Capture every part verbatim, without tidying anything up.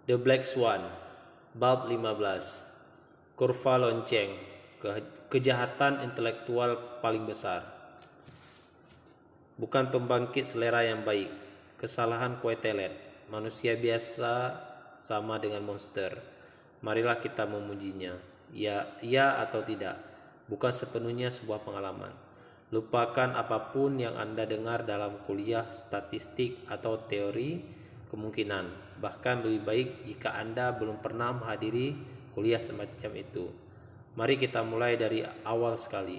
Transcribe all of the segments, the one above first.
The Black Swan, bab lima belas. Kurva lonceng, ke- kejahatan intelektual paling besar. Bukan pembangkit selera yang baik, kesalahan kue telet. Manusia biasa sama dengan monster. Marilah kita memujinya. Ya, ya atau tidak, bukan sepenuhnya sebuah pengalaman. Lupakan apapun yang Anda dengar dalam kuliah statistik atau teori kemungkinan. Bahkan lebih baik jika Anda belum pernah menghadiri kuliah semacam itu. Mari kita mulai dari awal sekali.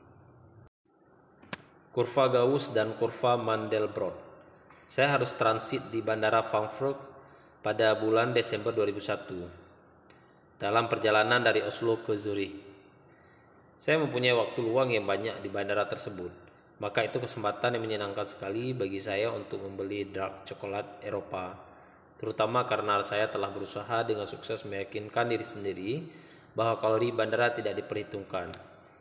Kurva Gauss dan kurva Mandelbrot. Saya harus transit di Bandara Frankfurt pada bulan Desember dua ribu satu dalam perjalanan dari Oslo ke Zurich. Saya mempunyai waktu luang yang banyak di bandara tersebut, maka itu kesempatan yang menyenangkan sekali bagi saya untuk membeli dark coklat Eropa, terutama karena saya telah berusaha dengan sukses meyakinkan diri sendiri bahwa kalori bandara tidak diperhitungkan.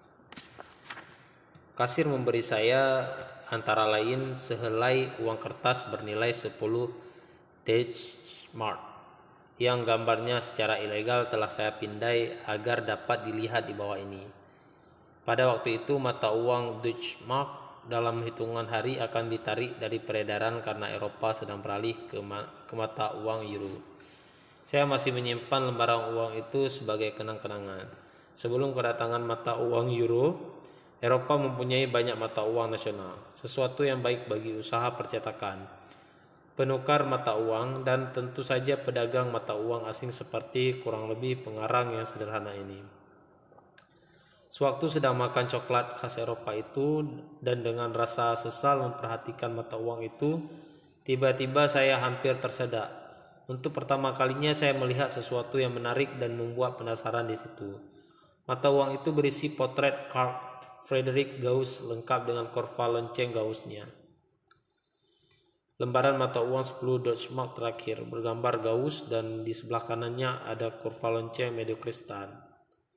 Kasir memberi saya antara lain sehelai uang kertas bernilai sepuluh Deutschmark yang gambarnya secara ilegal telah saya pindai agar dapat dilihat di bawah ini. Pada waktu itu mata uang Deutschmark dalam hitungan hari akan ditarik dari peredaran karena Eropa sedang beralih ke, ma- ke mata uang euro. Saya masih menyimpan lembaran uang itu sebagai kenang-kenangan. Sebelum kedatangan mata uang euro, Eropa mempunyai banyak mata uang nasional, sesuatu yang baik bagi usaha percetakan, penukar mata uang, dan tentu saja pedagang mata uang asing seperti kurang lebih pengarang yang sederhana ini. Sewaktu sedang makan coklat khas Eropa itu dan dengan rasa sesal memperhatikan mata uang itu, tiba-tiba saya hampir tersedak. Untuk pertama kalinya saya melihat sesuatu yang menarik dan membuat penasaran di situ. Mata uang itu berisi potret Carl Friedrich Gauss lengkap dengan kurva lonceng Gaussnya. Lembaran mata uang sepuluh Deutschmark terakhir bergambar Gauss dan di sebelah kanannya ada kurva lonceng Mediokristan.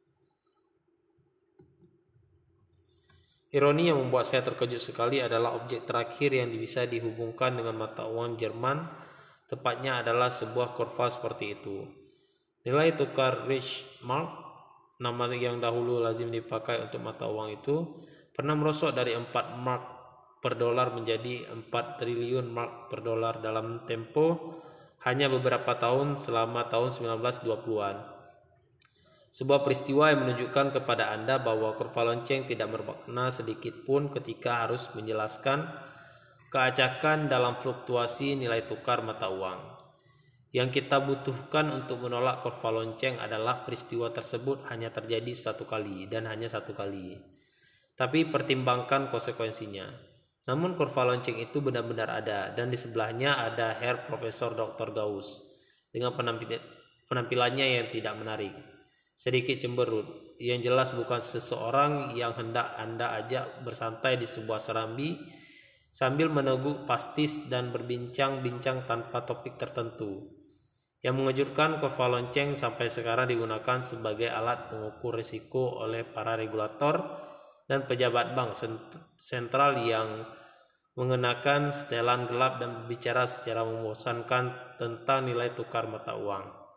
Ironi yang membuat saya terkejut sekali adalah objek terakhir yang bisa dihubungkan dengan mata uang Jerman, tepatnya adalah sebuah kurva seperti itu. Nilai tukar Reichsmark, nama yang dahulu lazim dipakai untuk mata uang itu, pernah merosot dari empat mark per dolar menjadi empat triliun mark per dolar dalam tempo hanya beberapa tahun selama tahun sembilan belas dua puluhan. Sebuah peristiwa yang menunjukkan kepada Anda bahwa kurva lonceng tidak bermakna sedikit pun ketika harus menjelaskan keacakan dalam fluktuasi nilai tukar mata uang. Yang kita butuhkan untuk menolak kurva lonceng adalah peristiwa tersebut hanya terjadi satu kali dan hanya satu kali. Tapi pertimbangkan konsekuensinya. Namun kurva lonceng itu benar-benar ada dan di sebelahnya ada Herr Profesor doktor Gauss dengan penampil- penampilannya yang tidak menarik. Sedikit cemberut, yang jelas bukan seseorang yang hendak Anda ajak bersantai di sebuah serambi sambil meneguk pastis dan berbincang-bincang tanpa topik tertentu. Yang mengejutkan, kurva lonceng sampai sekarang digunakan sebagai alat pengukur risiko oleh para regulator dan pejabat bank sentral yang mengenakan setelan gelap dan berbicara secara membosankan tentang nilai tukar mata uang.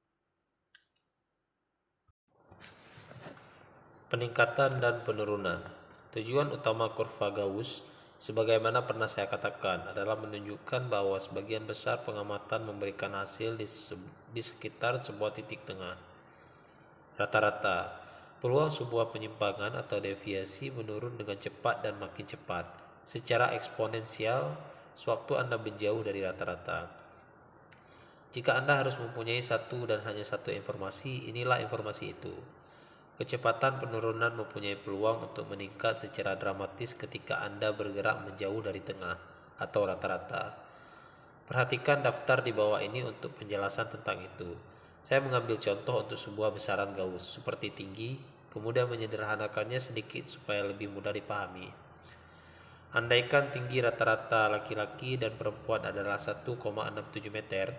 Peningkatan dan penurunan. Tujuan utama kurva Gauss, sebagaimana pernah saya katakan, adalah menunjukkan bahwa sebagian besar pengamatan memberikan hasil di, di sekitar sebuah titik tengah. Rata-rata, peluang sebuah penyimpangan atau deviasi menurun dengan cepat dan makin cepat, secara eksponensial, sewaktu Anda menjauh dari rata-rata. Jika Anda harus mempunyai satu dan hanya satu informasi, inilah informasi itu. Kecepatan penurunan mempunyai peluang untuk meningkat secara dramatis ketika Anda bergerak menjauh dari tengah atau rata-rata. Perhatikan daftar di bawah ini untuk penjelasan tentang itu. Saya mengambil contoh untuk sebuah besaran Gauss seperti tinggi, kemudian menyederhanakannya sedikit supaya lebih mudah dipahami. Andaikan tinggi rata-rata laki-laki dan perempuan adalah satu koma enam tujuh meter,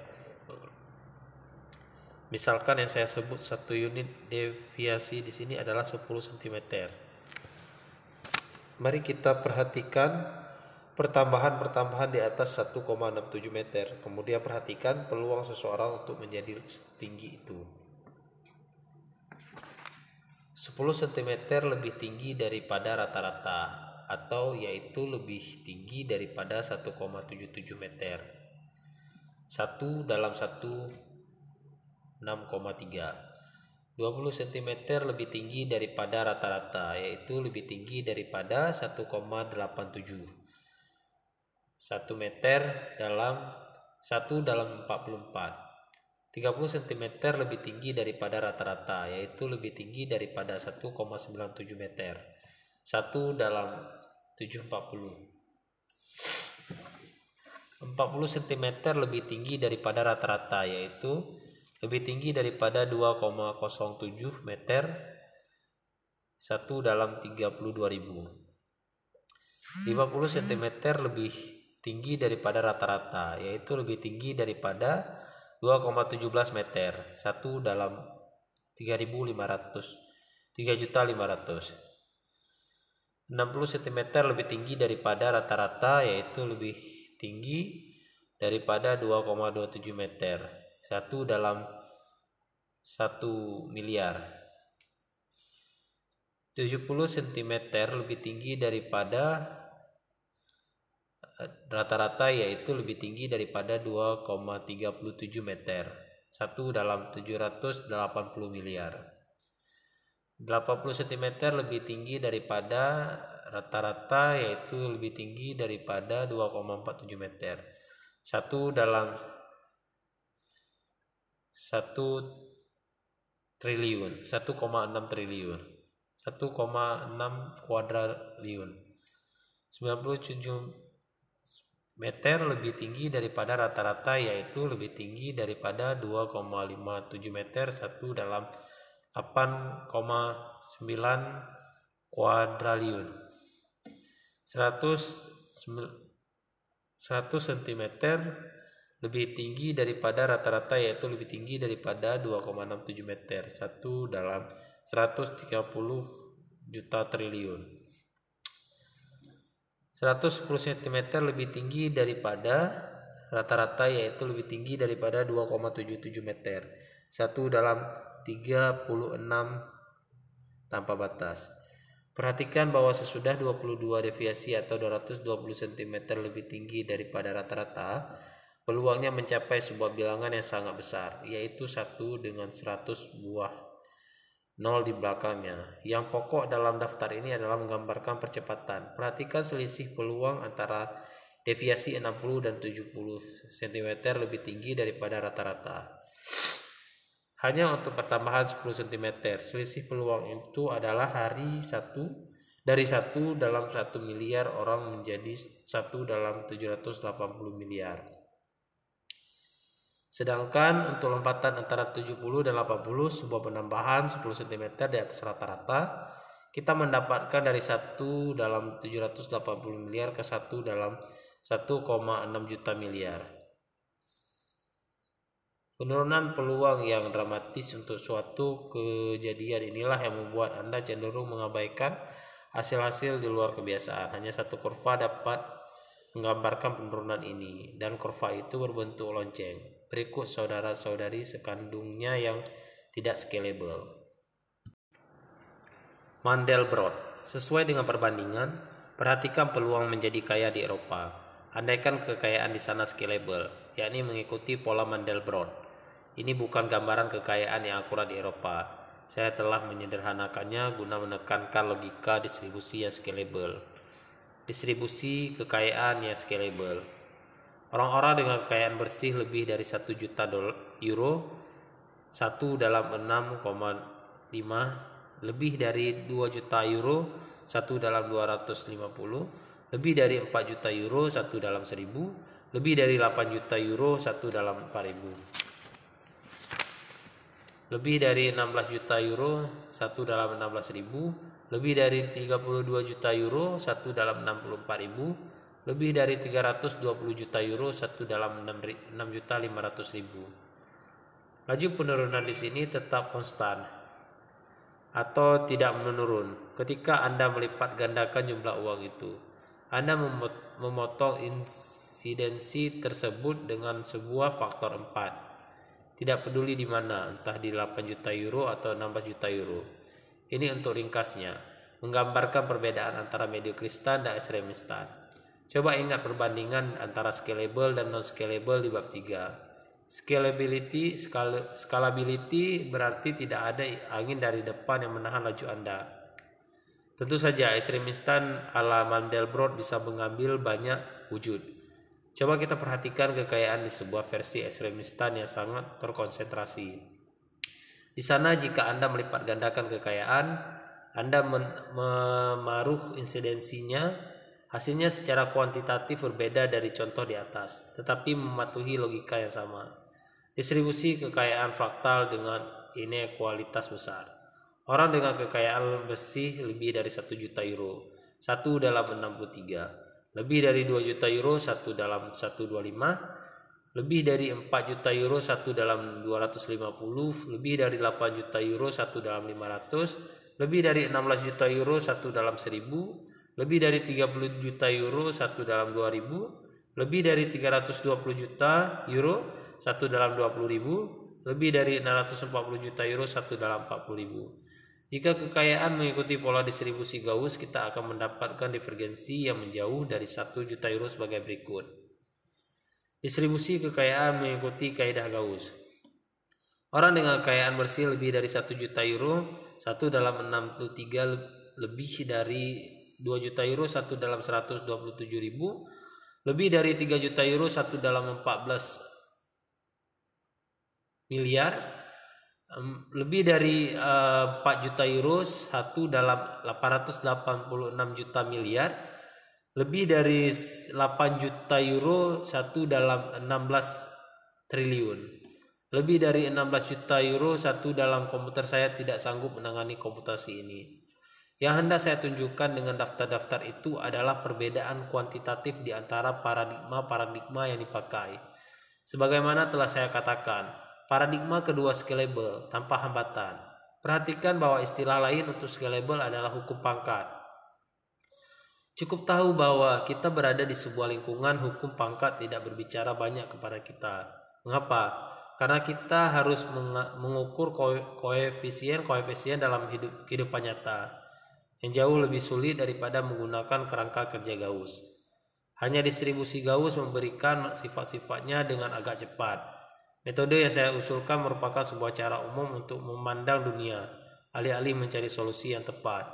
misalkan yang saya sebut satu unit deviasi di sini adalah sepuluh sentimeter. Mari kita perhatikan pertambahan-pertambahan di atas satu koma enam tujuh meter. Kemudian perhatikan peluang seseorang untuk menjadi setinggi itu. sepuluh sentimeter lebih tinggi daripada rata-rata, atau yaitu lebih tinggi daripada satu koma tujuh tujuh meter. satu dalam satu, enam koma tiga. dua puluh sentimeter lebih tinggi daripada rata-rata, yaitu lebih tinggi daripada satu koma delapan tujuh. satu meter dalam satu dalam empat puluh empat. tiga puluh sentimeter lebih tinggi daripada rata-rata, yaitu lebih tinggi daripada satu koma sembilan tujuh meter. satu dalam tujuh ratus empat puluh. empat puluh sentimeter lebih tinggi daripada rata-rata, yaitu lebih tinggi daripada dua koma nol tujuh meter. satu dalam tiga puluh dua ribu. lima puluh sentimeter lebih tinggi daripada rata-rata, yaitu lebih tinggi daripada dua koma satu tujuh meter. satu dalam tiga ribu lima ratus. tiga juta lima ratus. enam puluh sentimeter lebih tinggi daripada rata-rata, yaitu lebih tinggi daripada dua koma dua tujuh meter. satu dalam satu miliar. tujuh puluh sentimeter lebih tinggi daripada rata-rata, yaitu lebih tinggi daripada dua koma tiga tujuh meter. satu dalam tujuh ratus delapan puluh miliar. delapan puluh sentimeter lebih tinggi daripada rata-rata, yaitu lebih tinggi daripada dua koma empat tujuh meter. satu dalam satu triliun, satu koma enam triliun. satu koma enam kuadriliun. sembilan puluh tujuh meter lebih tinggi daripada rata-rata, yaitu lebih tinggi daripada dua koma lima tujuh meter. satu dalam delapan koma sembilan kuadriliun. seratus sentimeter lebih tinggi daripada rata-rata, yaitu lebih tinggi daripada dua koma enam tujuh meter. satu dalam seratus tiga puluh juta triliun. seratus sepuluh sentimeter lebih tinggi daripada rata-rata, yaitu lebih tinggi daripada dua koma tujuh tujuh meter. satu dalam tiga puluh enam tanpa batas. Perhatikan bahwa sesudah dua puluh dua deviasi atau dua ratus dua puluh sentimeter lebih tinggi daripada rata-rata, peluangnya mencapai sebuah bilangan yang sangat besar, yaitu satu dengan seratus buah nol di belakangnya. Yang pokok dalam daftar ini adalah menggambarkan percepatan. Perhatikan selisih peluang antara deviasi enam puluh dan tujuh puluh sentimeter lebih tinggi daripada rata-rata. Hanya untuk pertambahan sepuluh sentimeter, selisih peluang itu adalah hari satu dari satu dalam satu miliar orang menjadi satu dalam tujuh ratus delapan puluh miliar. Sedangkan untuk lompatan antara tujuh puluh dan delapan puluh, sebuah penambahan sepuluh sentimeter di atas rata-rata, kita mendapatkan dari satu dalam tujuh ratus delapan puluh miliar ke satu dalam satu koma enam juta miliar. Penurunan peluang yang dramatis untuk suatu kejadian inilah yang membuat Anda cenderung mengabaikan hasil-hasil di luar kebiasaan. Hanya satu kurva dapat menggambarkan penurunan ini, dan kurva itu berbentuk lonceng. Berikut saudara-saudari sekandungnya yang tidak scalable. Mandelbrot. Sesuai dengan perbandingan, perhatikan peluang menjadi kaya di Eropa. Andaikan kekayaan di sana scalable, yakni mengikuti pola Mandelbrot. Ini bukan gambaran kekayaan yang akurat di Eropa. Saya telah menyederhanakannya guna menekankan logika distribusi yang scalable. Distribusi kekayaan yang scalable. Orang-orang dengan kekayaan bersih lebih dari satu juta euro, satu dalam enam koma lima, lebih dari dua juta euro, satu dalam dua ratus lima puluh, lebih dari empat juta euro, satu dalam seribu, lebih dari delapan juta euro, satu dalam empat ribu. Lebih dari enam belas juta euro, satu dalam enam belas ribu, lebih dari tiga puluh dua juta euro, satu dalam enam puluh empat ribu, lebih dari tiga ratus dua puluh juta euro, satu dalam enam juta lima ratus ribu. Laju penurunan di sini tetap konstan atau tidak menurun ketika Anda melipat gandakan jumlah uang itu. Anda memotong insidensi tersebut dengan sebuah faktor empat. Tidak peduli di mana, entah di delapan juta euro atau enam belas juta euro. Ini untuk ringkasnya, menggambarkan perbedaan antara mediokristan dan ekstremistan. Coba ingat perbandingan antara scalable dan non-scalable di bab tiga. Scalability, skal, scalability berarti tidak ada angin dari depan yang menahan laju Anda. Tentu saja ekstremistan ala Mandelbrot bisa mengambil banyak wujud. Coba kita perhatikan kekayaan di sebuah versi ekstremistan yang sangat terkonsentrasi. Di sana jika Anda melipat gandakan kekayaan, Anda memaruh insidensinya, hasilnya secara kuantitatif berbeda dari contoh di atas, tetapi mematuhi logika yang sama. Distribusi kekayaan fraktal dengan inekualitas besar. Orang dengan kekayaan bersih lebih dari satu juta euro, satu dalam enam puluh tiga. Lebih dari dua juta euro, satu dalam seratus dua puluh lima. Lebih dari empat juta euro, satu dalam dua ratus lima puluh. Lebih dari delapan juta euro, satu dalam lima ratus. Lebih dari enam belas juta euro, satu dalam seribu. Lebih dari tiga puluh juta euro, satu dalam dua ribu. Lebih dari tiga ratus dua puluh juta euro, satu dalam dua puluh ribu. Lebih dari enam ratus empat puluh juta euro, satu dalam empat puluh ribu. Jika kekayaan mengikuti pola distribusi Gauss, kita akan mendapatkan divergensi yang menjauh dari satu juta euro sebagai berikut. Distribusi kekayaan mengikuti kaidah Gauss. Orang dengan kekayaan bersih lebih dari satu juta euro, satu dalam enam puluh tiga, lebih dari dua juta euro, satu dalam seratus dua puluh tujuh ribu, lebih dari tiga juta euro, satu dalam empat belas miliar, lebih dari uh, empat juta euro, satu dalam delapan ratus delapan puluh enam juta miliar, lebih dari delapan juta euro, satu dalam enam belas triliun, lebih dari enam belas juta euro, satu dalam komputer saya tidak sanggup menangani komputasi ini. Yang hendak saya tunjukkan dengan daftar-daftar itu adalah perbedaan kuantitatif di antara paradigma-paradigma yang dipakai. Sebagaimana telah saya katakan, paradigma kedua scalable tanpa hambatan. Perhatikan bahwa istilah lain untuk scalable adalah hukum pangkat. Cukup tahu bahwa kita berada di sebuah lingkungan hukum pangkat tidak berbicara banyak kepada kita. Mengapa? Karena kita harus mengukur koefisien-koefisien dalam hidup, kehidupan nyata yang jauh lebih sulit daripada menggunakan kerangka kerja Gauss. Hanya distribusi Gauss memberikan sifat-sifatnya dengan agak cepat. Metode yang saya usulkan merupakan sebuah cara umum untuk memandang dunia, alih-alih mencari solusi yang tepat.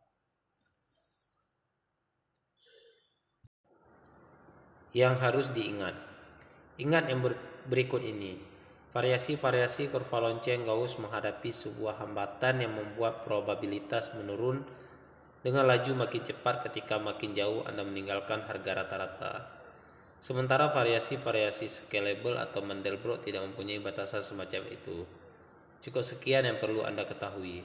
Yang harus diingat. Ingat yang berikut ini. Variasi-variasi kurva lonceng Gauss menghadapi sebuah hambatan yang membuat probabilitas menurun dengan laju makin cepat ketika makin jauh Anda meninggalkan harga rata-rata. Sementara variasi-variasi scalable atau Mandelbrot tidak mempunyai batasan semacam itu. Cukup sekian yang perlu Anda ketahui.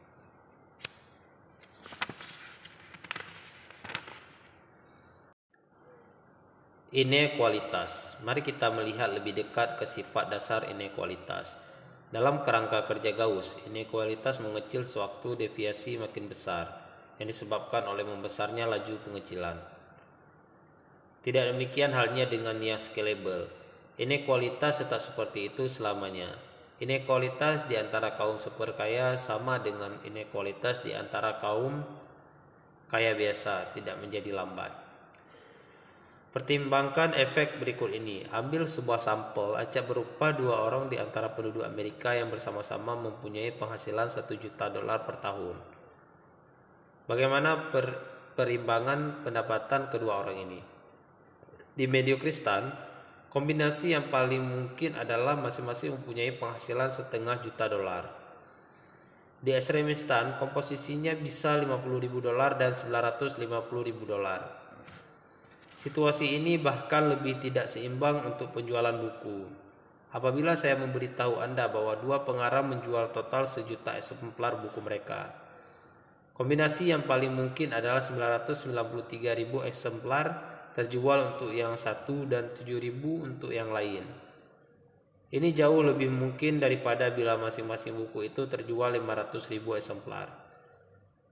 Inekualitas. Mari kita melihat lebih dekat ke sifat dasar inekualitas. Dalam kerangka kerja Gauss, inekualitas mengecil sewaktu deviasi makin besar, yang disebabkan oleh membesarnya laju pengecilan. Tidak demikian halnya dengan yang scalable. Inekualitas tetap seperti itu selamanya. Inekualitas di antara kaum super kaya sama dengan inekualitas di antara kaum kaya biasa, tidak menjadi lambat. Pertimbangkan efek berikut ini. Ambil sebuah sampel acak berupa dua orang di antara penduduk Amerika yang bersama-sama mempunyai penghasilan satu juta dolar per tahun. Bagaimana per, perimbangan pendapatan kedua orang ini? Di mediokristan, kombinasi yang paling mungkin adalah masing-masing mempunyai penghasilan setengah juta dolar. Di ekstremistan, komposisinya bisa lima puluh ribu dolar dan sembilan ratus lima puluh ribu dolar. Situasi ini bahkan lebih tidak seimbang untuk penjualan buku. Apabila saya memberitahu Anda bahwa dua pengarang menjual total sejuta eksemplar buku mereka. Kombinasi yang paling mungkin adalah sembilan ratus sembilan puluh tiga ribu eksemplar terjual untuk yang satu dan tujuh ribu untuk yang lain. Ini jauh lebih mungkin daripada bila masing-masing buku itu terjual lima ratus ribu eksemplar.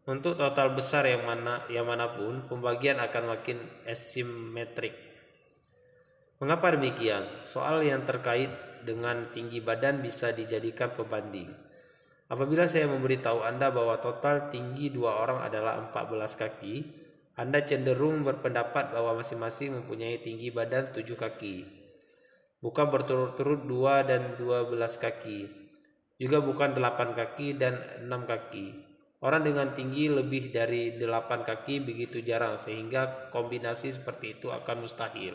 Untuk total besar yang mana yang manapun, pembagian akan makin asimetrik. Mengapa demikian? Soal yang terkait dengan tinggi badan bisa dijadikan pembanding. Apabila saya memberitahu Anda bahwa total tinggi dua orang adalah empat belas kaki, Anda cenderung berpendapat bahwa masing-masing mempunyai tinggi badan tujuh kaki. Bukan berturut-turut dua dan dua belas kaki. Juga bukan delapan kaki dan enam kaki. Orang dengan tinggi lebih dari delapan kaki begitu jarang sehingga kombinasi seperti itu akan mustahil.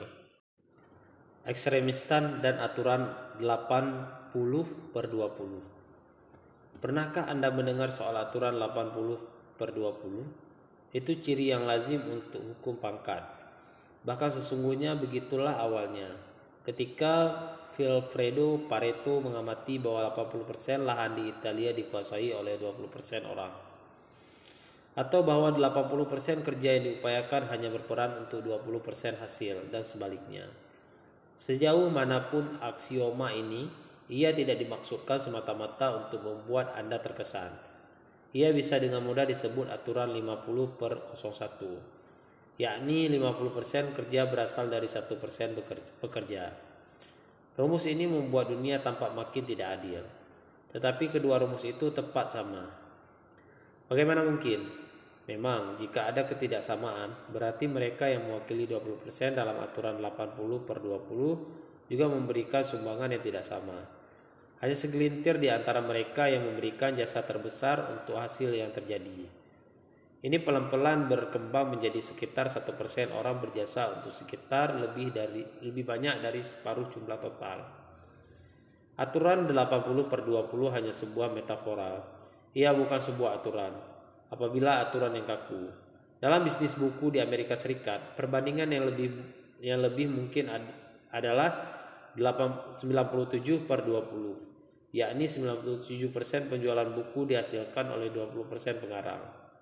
Ekstremistan dan aturan delapan puluh per dua puluh. Pernahkah Anda mendengar soal aturan delapan puluh per dua puluh? Itu ciri yang lazim untuk hukum pangkat. Bahkan sesungguhnya begitulah awalnya. Ketika Vilfredo Pareto mengamati bahwa delapan puluh persen lahan di Italia dikuasai oleh dua puluh persen orang. Atau bahwa delapan puluh persen kerja yang diupayakan hanya berperan untuk dua puluh persen hasil dan sebaliknya. Sejauh manapun aksioma ini, ia tidak dimaksudkan semata-mata untuk membuat Anda terkesan. Ia bisa dengan mudah disebut aturan lima puluh per nol satu, yakni lima puluh persen kerja berasal dari satu persen pekerja. Rumus ini membuat dunia tampak makin tidak adil. Tetapi kedua rumus itu tepat sama. Bagaimana mungkin? Memang, jika ada ketidaksamaan, berarti mereka yang mewakili dua puluh persen dalam aturan delapan puluh per dua puluh juga memberikan sumbangan yang tidak sama. Hanya segelintir di antara mereka yang memberikan jasa terbesar untuk hasil yang terjadi. Ini pelan-pelan berkembang menjadi sekitar satu persen orang berjasa untuk sekitar lebih dari lebih banyak dari separuh jumlah total. Aturan delapan puluh per dua puluh hanya sebuah metafora. Ia bukan sebuah aturan. Apabila aturan yang kaku. Dalam bisnis buku di Amerika Serikat, perbandingan yang lebih yang lebih mungkin ad, adalah sembilan puluh tujuh per dua puluh, yakni sembilan puluh tujuh persen penjualan buku dihasilkan oleh dua puluh persen pengarang.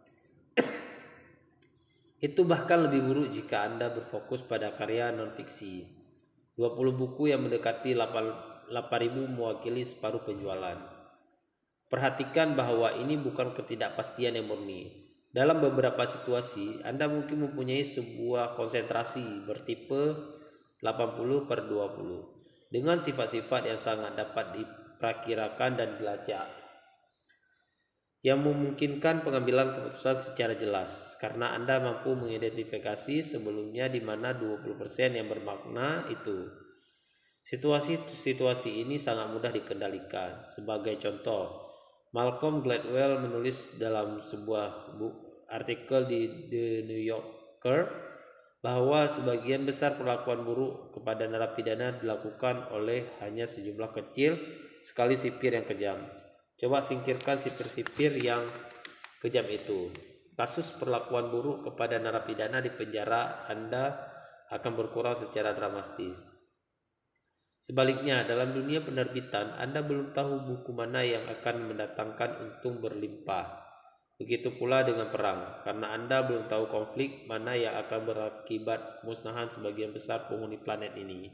Itu bahkan lebih buruk jika Anda berfokus pada karya non-fiksi. dua puluh buku yang mendekati delapan ribu mewakili separuh penjualan. Perhatikan bahwa ini bukan ketidakpastian yang murni. Dalam beberapa situasi, Anda mungkin mempunyai sebuah konsentrasi bertipe delapan puluh per dua puluh dengan sifat-sifat yang sangat dapat diperkirakan dan dilacak, yang memungkinkan pengambilan keputusan secara jelas karena Anda mampu mengidentifikasi sebelumnya di mana dua puluh persen yang bermakna itu. Situasi-situasi ini sangat mudah dikendalikan. Sebagai contoh, Malcolm Gladwell menulis dalam sebuah buku, artikel di The New Yorker bahwa sebagian besar perlakuan buruk kepada narapidana dilakukan oleh hanya sejumlah kecil sekali sipir yang kejam. Coba singkirkan sipir-sipir yang kejam itu. Kasus perlakuan buruk kepada narapidana di penjara Anda akan berkurang secara dramatis. Sebaliknya, dalam dunia penerbitan, Anda belum tahu buku mana yang akan mendatangkan untung berlimpah. Begitu pula dengan perang, karena Anda belum tahu konflik mana yang akan berakibat kemusnahan sebagian besar penghuni planet ini.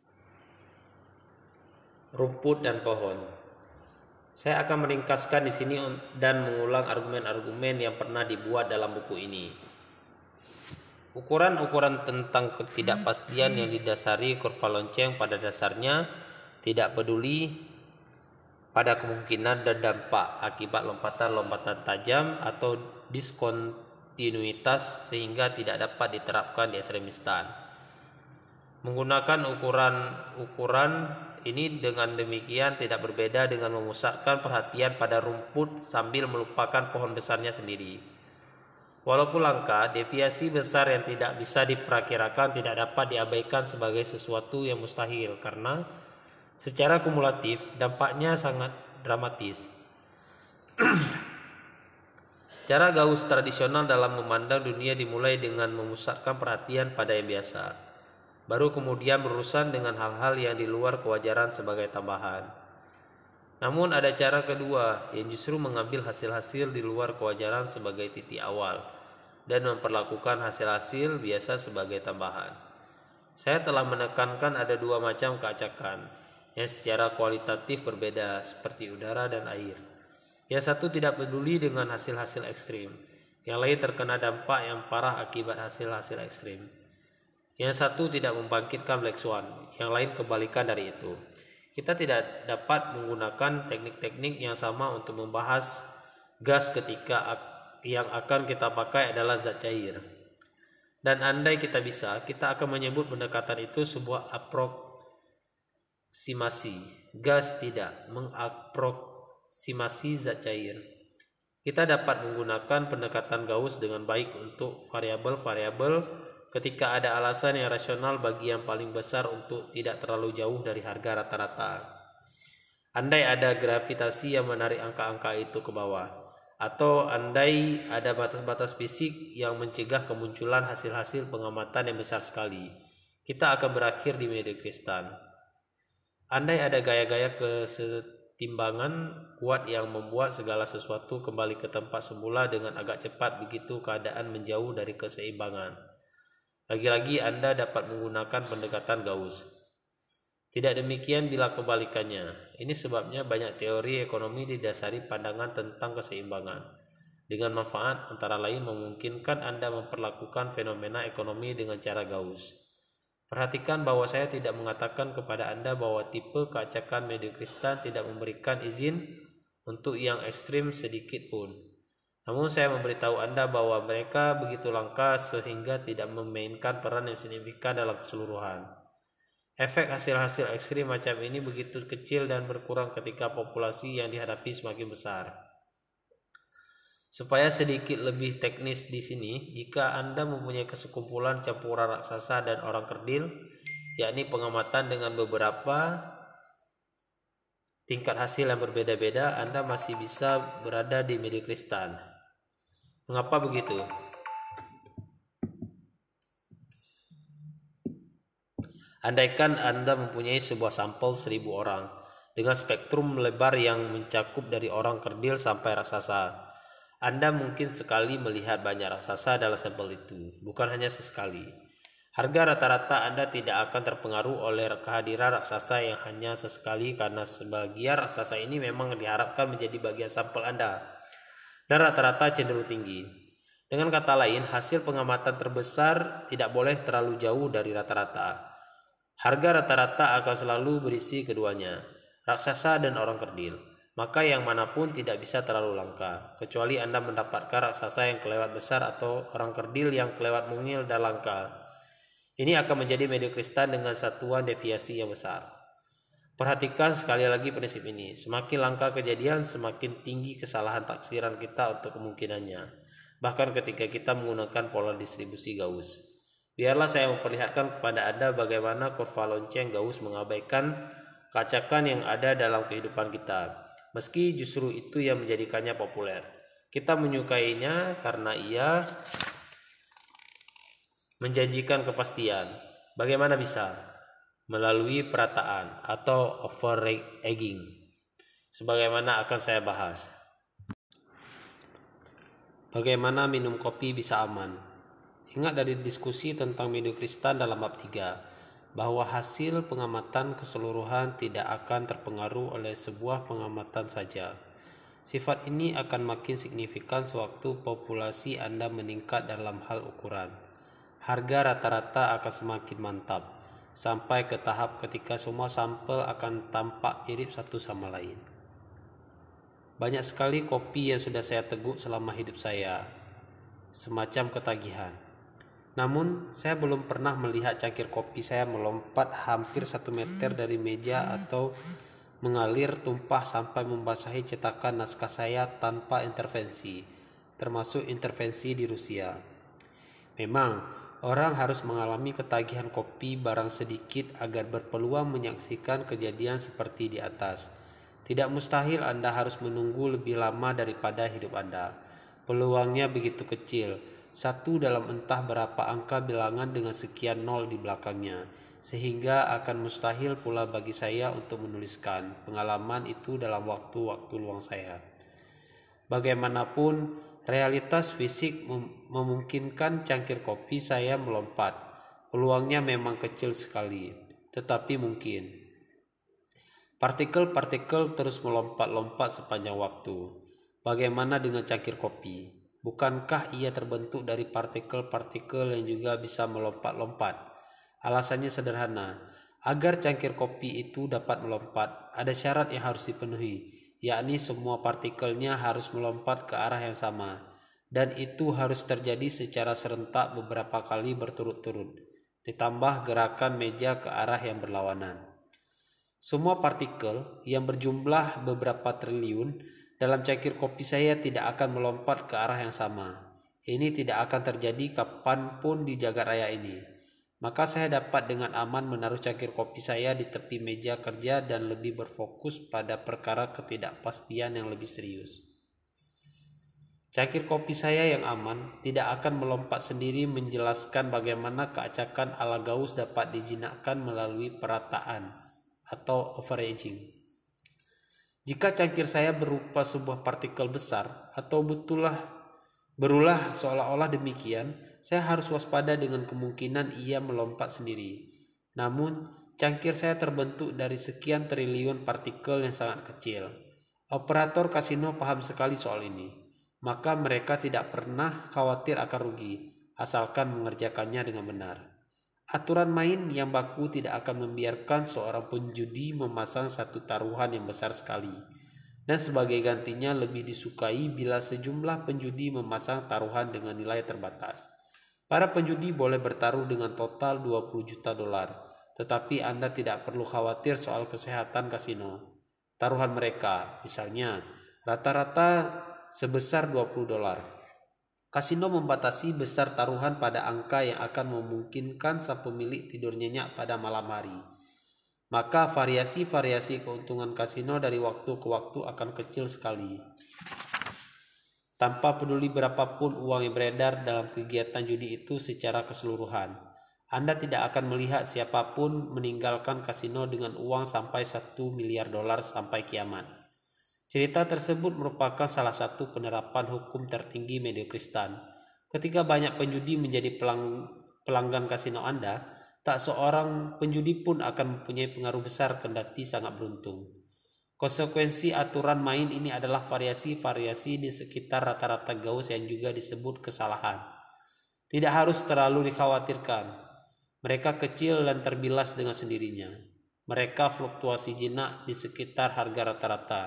Rumput dan pohon. Saya akan meringkaskan di sini dan mengulang argumen-argumen yang pernah dibuat dalam buku ini. Ukuran-ukuran tentang ketidakpastian yang didasari kurva lonceng pada dasarnya tidak peduli pada kemungkinan dan dampak akibat lompatan-lompatan tajam atau diskontinuitas sehingga tidak dapat diterapkan di ekstremistan. Menggunakan ukuran-ukuran ini dengan demikian tidak berbeda dengan memusatkan perhatian pada rumput sambil melupakan pohon besarnya sendiri. Walaupun langka, deviasi besar yang tidak bisa diperkirakan tidak dapat diabaikan sebagai sesuatu yang mustahil karena secara kumulatif dampaknya sangat dramatis. Cara Gauss tradisional dalam memandang dunia dimulai dengan memusatkan perhatian pada yang biasa, baru kemudian berurusan dengan hal-hal yang di luar kewajaran sebagai tambahan. Namun ada cara kedua yang justru mengambil hasil-hasil di luar kewajaran sebagai titik awal dan memperlakukan hasil-hasil biasa sebagai tambahan. Saya telah menekankan ada dua macam keacakan yang secara kualitatif berbeda seperti udara dan air. Yang satu tidak peduli dengan hasil-hasil ekstrim. Yang lain terkena dampak yang parah akibat hasil-hasil ekstrim. Yang satu tidak membangkitkan black swan, yang lain kebalikan dari itu. Kita tidak dapat menggunakan teknik-teknik yang sama untuk membahas gas ketika yang akan kita pakai adalah zat cair. Dan andai kita bisa, kita akan menyebut pendekatan itu sebuah aproksimasi. Gas tidak mengaproksimasi zat cair. Kita dapat menggunakan pendekatan Gauss dengan baik untuk variabel-variabel ketika ada alasan yang rasional bagi yang paling besar untuk tidak terlalu jauh dari harga rata-rata. Andai ada gravitasi yang menarik angka-angka itu ke bawah, atau andai ada batas-batas fisik yang mencegah kemunculan hasil-hasil pengamatan yang besar sekali, kita akan berakhir di mediokristan. Andai ada gaya-gaya kesetimbangan kuat yang membuat segala sesuatu kembali ke tempat semula dengan agak cepat begitu keadaan menjauh dari keseimbangan. Lagi-lagi Anda dapat menggunakan pendekatan Gauss. Tidak demikian bila kebalikannya. Ini sebabnya banyak teori ekonomi didasari pandangan tentang keseimbangan. Dengan manfaat antara lain memungkinkan Anda memperlakukan fenomena ekonomi dengan cara Gauss. Perhatikan bahwa saya tidak mengatakan kepada Anda bahwa tipe keacakan mediokristan tidak memberikan izin untuk yang ekstrim sedikit pun. Namun saya memberitahu Anda bahwa mereka begitu langka sehingga tidak memainkan peran yang signifikan dalam keseluruhan. Efek hasil-hasil ekstrim macam ini begitu kecil dan berkurang ketika populasi yang dihadapi semakin besar. Supaya sedikit lebih teknis di sini, jika Anda mempunyai kesekumpulan campuran raksasa dan orang kerdil, yakni pengamatan dengan beberapa tingkat hasil yang berbeda-beda, Anda masih bisa berada di mediokristan. Mengapa begitu? Andaikan Anda mempunyai sebuah sampel seribu orang dengan spektrum lebar yang mencakup dari orang kerdil sampai raksasa, Anda mungkin sekali melihat banyak raksasa dalam sampel itu, bukan hanya sesekali. Harga rata-rata Anda tidak akan terpengaruh oleh kehadiran raksasa yang hanya sesekali karena sebagian raksasa ini memang diharapkan menjadi bagian sampel Anda. Dan rata-rata cenderung tinggi. Dengan kata lain, hasil pengamatan terbesar tidak boleh terlalu jauh dari rata-rata. Harga rata-rata akan selalu berisi keduanya, raksasa dan orang kerdil. Maka yang manapun tidak bisa terlalu langka, kecuali Anda mendapatkan raksasa yang kelewat besar atau orang kerdil yang kelewat mungil dan langka. Ini akan menjadi mediokristan dengan satuan deviasi yang besar. Perhatikan sekali lagi prinsip ini. Semakin langka kejadian, semakin tinggi kesalahan taksiran kita untuk kemungkinannya. Bahkan ketika kita menggunakan pola distribusi Gauss. Biarlah saya memperlihatkan kepada Anda bagaimana kurva lonceng Gauss mengabaikan keacakan yang ada dalam kehidupan kita. Meski justru itu yang menjadikannya populer. Kita menyukainya karena ia menjanjikan kepastian. Bagaimana bisa? Melalui perataan atau over-egging, sebagaimana akan saya bahas. Bagaimana minum kopi bisa aman? Ingat dari diskusi tentang mediokristan dalam bab tiga, bahwa hasil pengamatan keseluruhan tidak akan terpengaruh oleh sebuah pengamatan saja. Sifat ini akan makin signifikan sewaktu populasi Anda meningkat dalam hal ukuran. Harga rata-rata akan semakin mantap, sampai ke tahap ketika semua sampel akan tampak mirip satu sama lain. Banyak sekali kopi yang sudah saya teguk selama hidup saya, semacam ketagihan. Namun, saya belum pernah melihat cangkir kopi saya melompat hampir satu meter dari meja atau mengalir tumpah sampai membasahi cetakan naskah saya tanpa intervensi, termasuk intervensi di Rusia. Memang, orang harus mengalami ketagihan kopi barang sedikit agar berpeluang menyaksikan kejadian seperti di atas. Tidak mustahil Anda harus menunggu lebih lama daripada hidup Anda. Peluangnya begitu kecil, satu dalam entah berapa angka bilangan dengan sekian nol di belakangnya, sehingga akan mustahil pula bagi saya untuk menuliskan pengalaman itu dalam waktu-waktu luang saya. Bagaimanapun, realitas fisik mem- memungkinkan cangkir kopi saya melompat. Peluangnya memang kecil sekali, tetapi mungkin. Partikel-partikel terus melompat-lompat sepanjang waktu. Bagaimana dengan cangkir kopi? Bukankah ia terbentuk dari partikel-partikel yang juga bisa melompat-lompat? Alasannya sederhana. Agar cangkir kopi itu dapat melompat, ada syarat yang harus dipenuhi, yakni semua partikelnya harus melompat ke arah yang sama, dan itu harus terjadi secara serentak beberapa kali berturut-turut, ditambah gerakan meja ke arah yang berlawanan. Semua partikel yang berjumlah beberapa triliun dalam cangkir kopi saya tidak akan melompat ke arah yang sama. Ini tidak akan terjadi kapanpun di jagat raya ini. Maka saya dapat dengan aman menaruh cangkir kopi saya di tepi meja kerja dan lebih berfokus pada perkara ketidakpastian yang lebih serius. Cangkir kopi saya yang aman tidak akan melompat sendiri menjelaskan bagaimana keacakan ala Gauss dapat dijinakkan melalui perataan atau averaging. Jika cangkir saya berupa sebuah partikel besar atau betullah berulah seolah-olah demikian, saya harus waspada dengan kemungkinan ia melompat sendiri. Namun, cangkir saya terbentuk dari sekian triliun partikel yang sangat kecil. Operator kasino paham sekali soal ini, maka mereka tidak pernah khawatir akan rugi, asalkan mengerjakannya dengan benar. Aturan main yang baku tidak akan membiarkan seorang penjudi memasang satu taruhan yang besar sekali, dan sebagai gantinya lebih disukai bila sejumlah penjudi memasang taruhan dengan nilai terbatas. Para penjudi boleh bertaruh dengan total dua puluh juta dolar, tetapi Anda tidak perlu khawatir soal kesehatan kasino. Taruhan mereka, misalnya, rata-rata sebesar dua puluh dolar. Kasino membatasi besar taruhan pada angka yang akan memungkinkan sang pemilik tidur nyenyak pada malam hari. Maka variasi-variasi keuntungan kasino dari waktu ke waktu akan kecil sekali. Tanpa peduli berapapun uang yang beredar dalam kegiatan judi itu secara keseluruhan, Anda tidak akan melihat siapapun meninggalkan kasino dengan uang sampai satu miliar dolar sampai kiamat. Cerita tersebut merupakan salah satu penerapan hukum tertinggi mediokristan. Ketika banyak penjudi menjadi pelang, pelanggan kasino Anda, tak seorang penjudi pun akan mempunyai pengaruh besar kendati sangat beruntung. Konsekuensi aturan main ini adalah variasi-variasi di sekitar rata-rata Gauss yang juga disebut kesalahan. Tidak harus terlalu dikhawatirkan. Mereka kecil dan terbilas dengan sendirinya. Mereka fluktuasi jinak di sekitar harga rata-rata.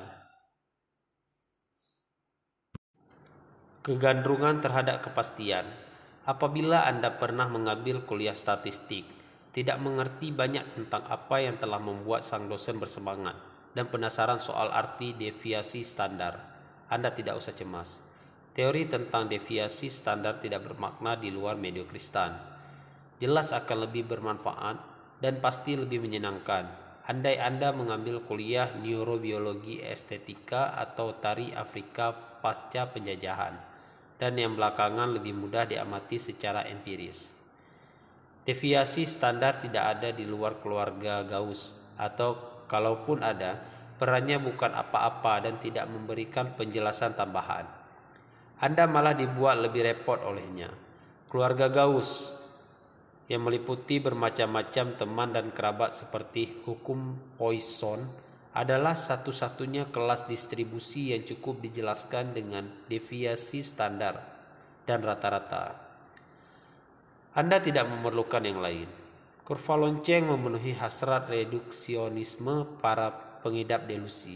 Kegandrungan terhadap kepastian. Apabila Anda pernah mengambil kuliah statistik, tidak mengerti banyak tentang apa yang telah membuat sang dosen bersemangat, dan penasaran soal arti deviasi standar, Anda tidak usah cemas. Teori tentang deviasi standar tidak bermakna di luar mediokristan. Jelas akan lebih bermanfaat dan pasti lebih menyenangkan andai Anda mengambil kuliah neurobiologi estetika atau tari Afrika pasca penjajahan, dan yang belakangan lebih mudah diamati secara empiris. Deviasi standar tidak ada di luar keluarga Gauss, atau kalaupun ada, perannya bukan apa-apa dan tidak memberikan penjelasan tambahan. Anda malah dibuat lebih repot olehnya. Keluarga Gauss yang meliputi bermacam-macam teman dan kerabat seperti hukum Poisson adalah satu-satunya kelas distribusi yang cukup dijelaskan dengan deviasi standar dan rata-rata. Anda tidak memerlukan yang lain. Kurva lonceng memenuhi hasrat reduksionisme para pengidap delusi.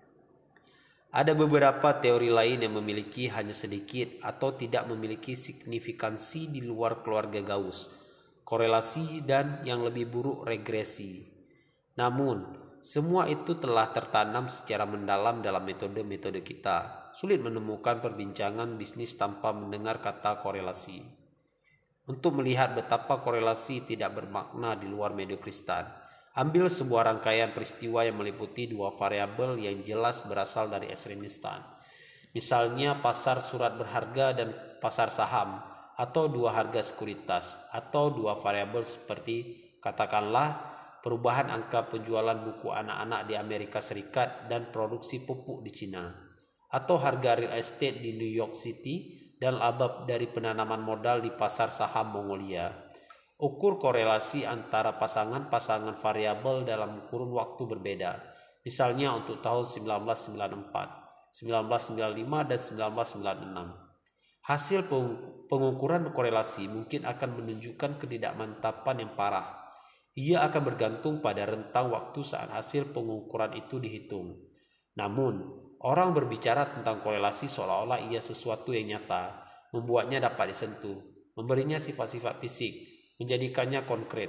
Ada beberapa teori lain yang memiliki hanya sedikit atau tidak memiliki signifikansi di luar keluarga Gauss, korelasi dan yang lebih buruk regresi. Namun, semua itu telah tertanam secara mendalam dalam metode-metode kita. Sulit menemukan perbincangan bisnis tanpa mendengar kata korelasi. Untuk melihat betapa korelasi tidak bermakna di luar mediokristan, ambil sebuah rangkaian peristiwa yang meliputi dua variabel yang jelas berasal dari ekstremistan. Misalnya pasar surat berharga dan pasar saham, atau dua harga sekuritas, atau dua variabel seperti katakanlah perubahan angka penjualan buku anak-anak di Amerika Serikat dan produksi pupuk di Cina, atau harga real estate di New York City dan laba dari penanaman modal di pasar saham Mongolia. Ukur korelasi antara pasangan-pasangan variabel dalam kurun waktu berbeda, misalnya untuk tahun seribu sembilan ratus sembilan puluh empat, seribu sembilan ratus sembilan puluh lima, dan seribu sembilan ratus sembilan puluh enam. Hasil pengukuran korelasi mungkin akan menunjukkan ketidakmantapan yang parah. Ia akan bergantung pada rentang waktu saat hasil pengukuran itu dihitung. Namun, orang berbicara tentang korelasi seolah-olah ia sesuatu yang nyata, membuatnya dapat disentuh, memberinya sifat-sifat fisik, menjadikannya konkret.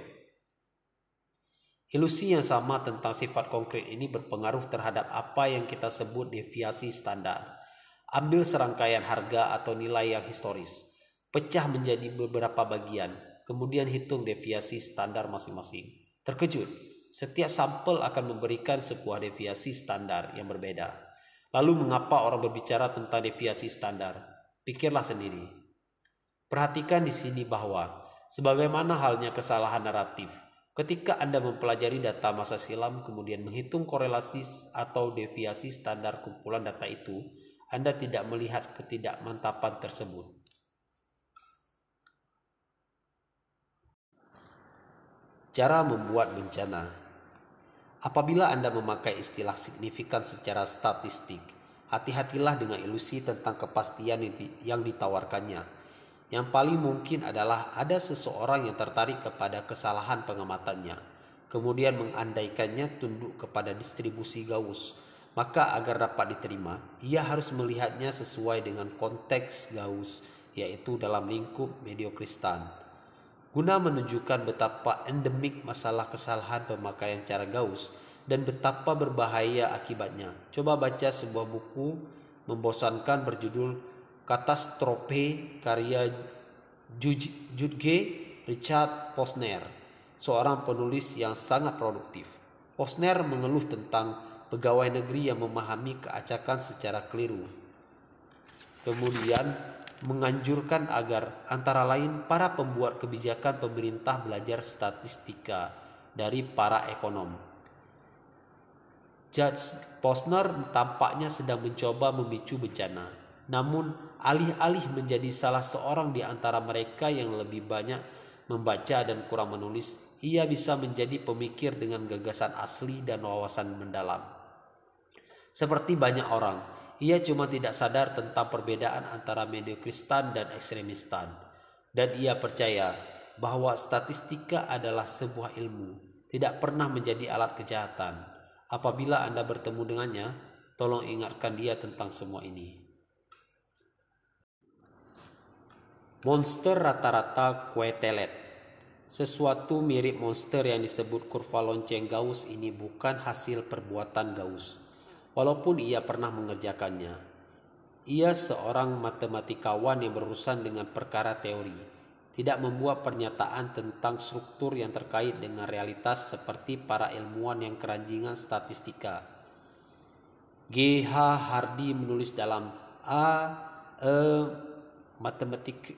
Ilusi yang sama tentang sifat konkret ini berpengaruh terhadap apa yang kita sebut deviasi standar. Ambil serangkaian harga atau nilai yang historis, pecah menjadi beberapa bagian, kemudian hitung deviasi standar masing-masing. Terkejut, setiap sampel akan memberikan sebuah deviasi standar yang berbeda. Lalu mengapa orang berbicara tentang deviasi standar? Pikirlah sendiri. Perhatikan di sini bahwa, sebagaimana halnya kesalahan naratif, ketika Anda mempelajari data masa silam kemudian menghitung korelasi atau deviasi standar kumpulan data itu, Anda tidak melihat ketidakmantapan tersebut. Cara membuat bencana. Apabila Anda memakai istilah signifikan secara statistik, hati-hatilah dengan ilusi tentang kepastian yang ditawarkannya. Yang paling mungkin adalah ada seseorang yang tertarik kepada kesalahan pengamatannya, kemudian mengandaikannya tunduk kepada distribusi Gauss. Maka agar dapat diterima, ia harus melihatnya sesuai dengan konteks Gauss, yaitu dalam lingkup mediokristan. Guna menunjukkan betapa endemik masalah kesalahan pemakaian cara Gauss dan betapa berbahaya akibatnya, coba baca sebuah buku membosankan berjudul Katastrofe karya Judge Richard Posner, seorang penulis yang sangat produktif. Posner mengeluh tentang pegawai negeri yang memahami keacakan secara keliru. Kemudian menganjurkan agar antara lain para pembuat kebijakan pemerintah belajar statistika dari para ekonom. Judge Posner tampaknya sedang mencoba memicu bencana. Namun alih-alih menjadi salah seorang di antara mereka yang lebih banyak membaca dan kurang menulis, ia bisa menjadi pemikir dengan gagasan asli dan wawasan mendalam. Seperti banyak orang, ia cuma tidak sadar tentang perbedaan antara mediokristan dan ekstremistan. Dan ia percaya bahwa statistika adalah sebuah ilmu, tidak pernah menjadi alat kejahatan. Apabila Anda bertemu dengannya, tolong ingatkan dia tentang semua ini. Monster rata-rata Quetelet. Sesuatu mirip monster yang disebut kurva lonceng Gauss ini bukan hasil perbuatan Gauss, walaupun ia pernah mengerjakannya. Ia seorang matematikawan yang berurusan dengan perkara teori, tidak membuat pernyataan tentang struktur yang terkait dengan realitas seperti para ilmuwan yang keranjingan statistika. G H Hardy menulis dalam A e, Matematik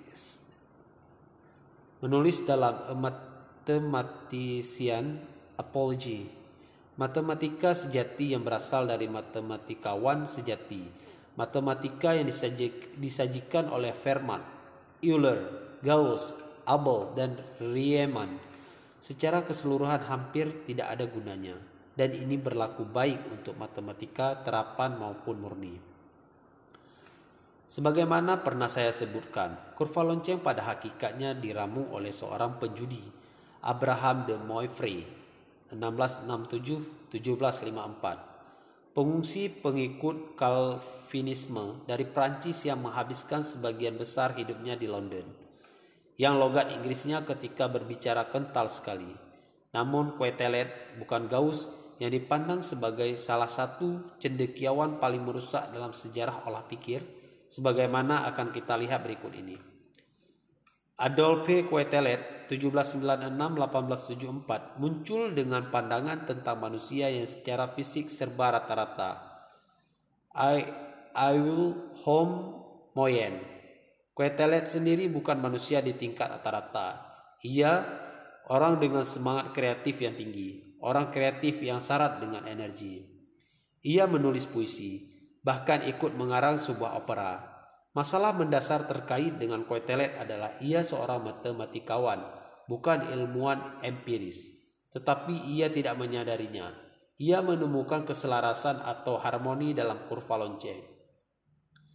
menulis dalam A Mathematician Apology, matematika sejati yang berasal dari matematikawan sejati, matematika yang disajik, disajikan oleh Fermat, Euler, Gauss, Abel, dan Riemann secara keseluruhan hampir tidak ada gunanya, dan ini berlaku baik untuk matematika terapan maupun murni. Sebagaimana pernah saya sebutkan, kurva lonceng pada hakikatnya diramu oleh seorang penjudi, Abraham de Moivre, enam belas enam puluh tujuh sampai tujuh belas lima puluh empat, pengungsi pengikut Calvinisme dari Prancis yang menghabiskan sebagian besar hidupnya di London, yang logat Inggrisnya ketika berbicara kental sekali. Namun Quetelet, bukan Gauss, yang dipandang sebagai salah satu cendekiawan paling merusak dalam sejarah olah pikir, sebagaimana akan kita lihat berikut ini. Adolphe Quetelet tujuh belas sembilan puluh enam sampai delapan belas tujuh puluh empat muncul dengan pandangan tentang manusia yang secara fisik serba rata-rata. I, I will home moyen. Quetelet sendiri bukan manusia di tingkat rata-rata. Ia orang dengan semangat kreatif yang tinggi, orang kreatif yang syarat dengan energi. Ia menulis puisi, bahkan ikut mengarang sebuah opera. Masalah mendasar terkait dengan Quetelet adalah ia seorang matematikawan, bukan ilmuwan empiris. Tetapi ia tidak menyadarinya. Ia menemukan keselarasan atau harmoni dalam kurva lonceng.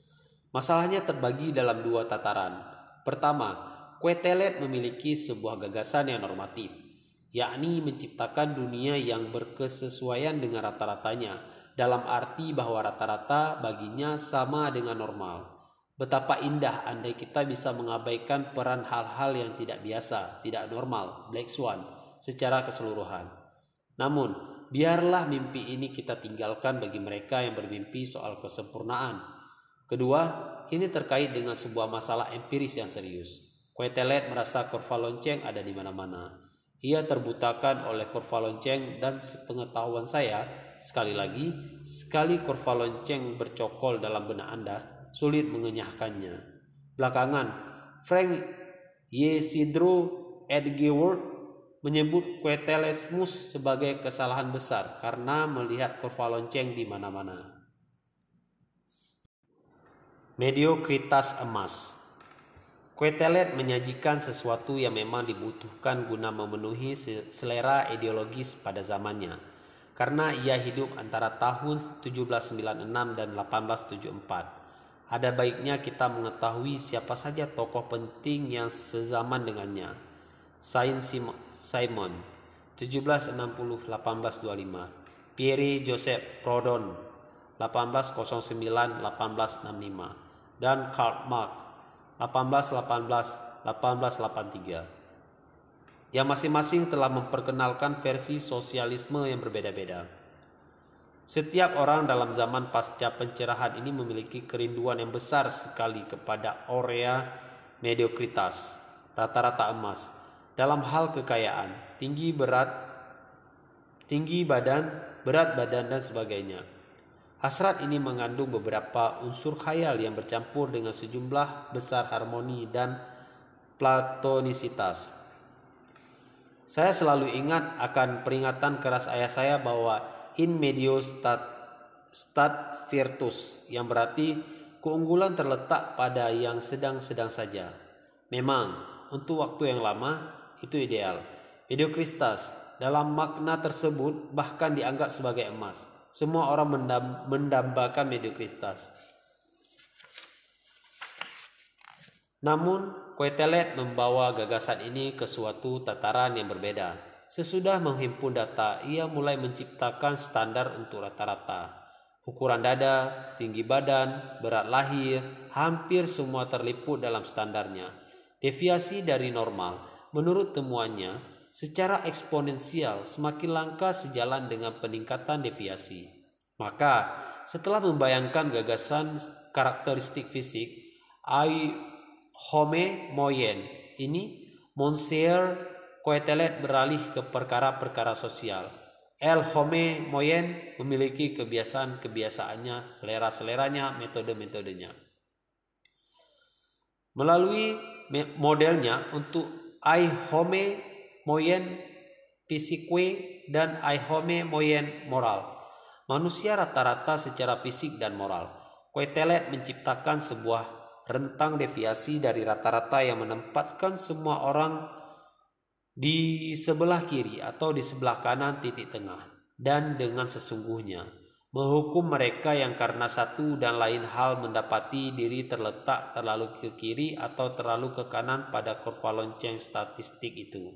Masalahnya terbagi dalam dua tataran. Pertama, Quetelet memiliki sebuah gagasan yang normatif, yakni menciptakan dunia yang berkesesuaian dengan rata-ratanya, dalam arti bahwa rata-rata baginya sama dengan normal. Betapa indah andai kita bisa mengabaikan peran hal-hal yang tidak biasa, tidak normal, black swan, secara keseluruhan. Namun, biarlah mimpi ini kita tinggalkan bagi mereka yang bermimpi soal kesempurnaan. Kedua, ini terkait dengan sebuah masalah empiris yang serius. Quetelet merasa kurva lonceng ada di mana-mana. Ia terbutakan oleh kurva lonceng dan sepengetahuan saya, sekali lagi, sekali kurva lonceng bercokol dalam benak Anda, sulit mengenyahkannya. Belakangan, Frank Ysidro Edgeworth menyebut Quetelismus sebagai kesalahan besar karena melihat kurva lonceng di mana-mana. Mediokritas emas. Quetelet menyajikan sesuatu yang memang dibutuhkan guna memenuhi selera ideologis pada zamannya, karena ia hidup antara tahun tujuh belas sembilan puluh enam dan delapan belas tujuh puluh empat. Ada baiknya kita mengetahui siapa saja tokoh penting yang sezaman dengannya. Saint-Simon, tujuh belas enam puluh sampai delapan belas dua puluh lima. Pierre Joseph Proudhon, delapan belas nol sembilan sampai delapan belas enam puluh lima. Dan Karl Marx, delapan belas delapan belas sampai delapan belas delapan puluh tiga. Yang masing-masing telah memperkenalkan versi sosialisme yang berbeda-beda. Setiap orang dalam zaman pasca pencerahan ini memiliki kerinduan yang besar sekali kepada aurea mediokritas, rata-rata emas, dalam hal kekayaan, tinggi berat, tinggi badan, berat badan dan sebagainya. Hasrat ini mengandung beberapa unsur khayal yang bercampur dengan sejumlah besar harmoni dan platonisitas. Saya selalu ingat akan peringatan keras ayah saya bahwa in medio stat, stat virtus, yang berarti keunggulan terletak pada yang sedang-sedang saja. Memang untuk waktu yang lama itu ideal. Mediokritas dalam makna tersebut bahkan dianggap sebagai emas. Semua orang mendam, mendambakan mediokritas. Namun Quetelet membawa gagasan ini ke suatu tataran yang berbeda. Sesudah menghimpun data, ia mulai menciptakan standar untuk rata-rata. Ukuran dada, tinggi badan, berat lahir, hampir semua terliput dalam standarnya. Deviasi dari normal, menurut temuannya, secara eksponensial semakin langka sejalan dengan peningkatan deviasi. Maka, setelah membayangkan gagasan karakteristik fisik, ai homme moyen ini, Monsieur Quetelet beralih ke perkara-perkara sosial. El homme moyen memiliki kebiasaan-kebiasaannya, selera-seleranya, metode-metodenya. Melalui modelnya untuk ai homme moyen physique dan ai homme moyen moral, manusia rata-rata secara fisik dan moral, Quetelet menciptakan sebuah rentang deviasi dari rata-rata yang menempatkan semua orang di sebelah kiri atau di sebelah kanan titik tengah, dan dengan sesungguhnya menghukum mereka yang karena satu dan lain hal mendapati diri terletak terlalu ke kiri atau terlalu ke kanan pada kurva lonceng statistik itu.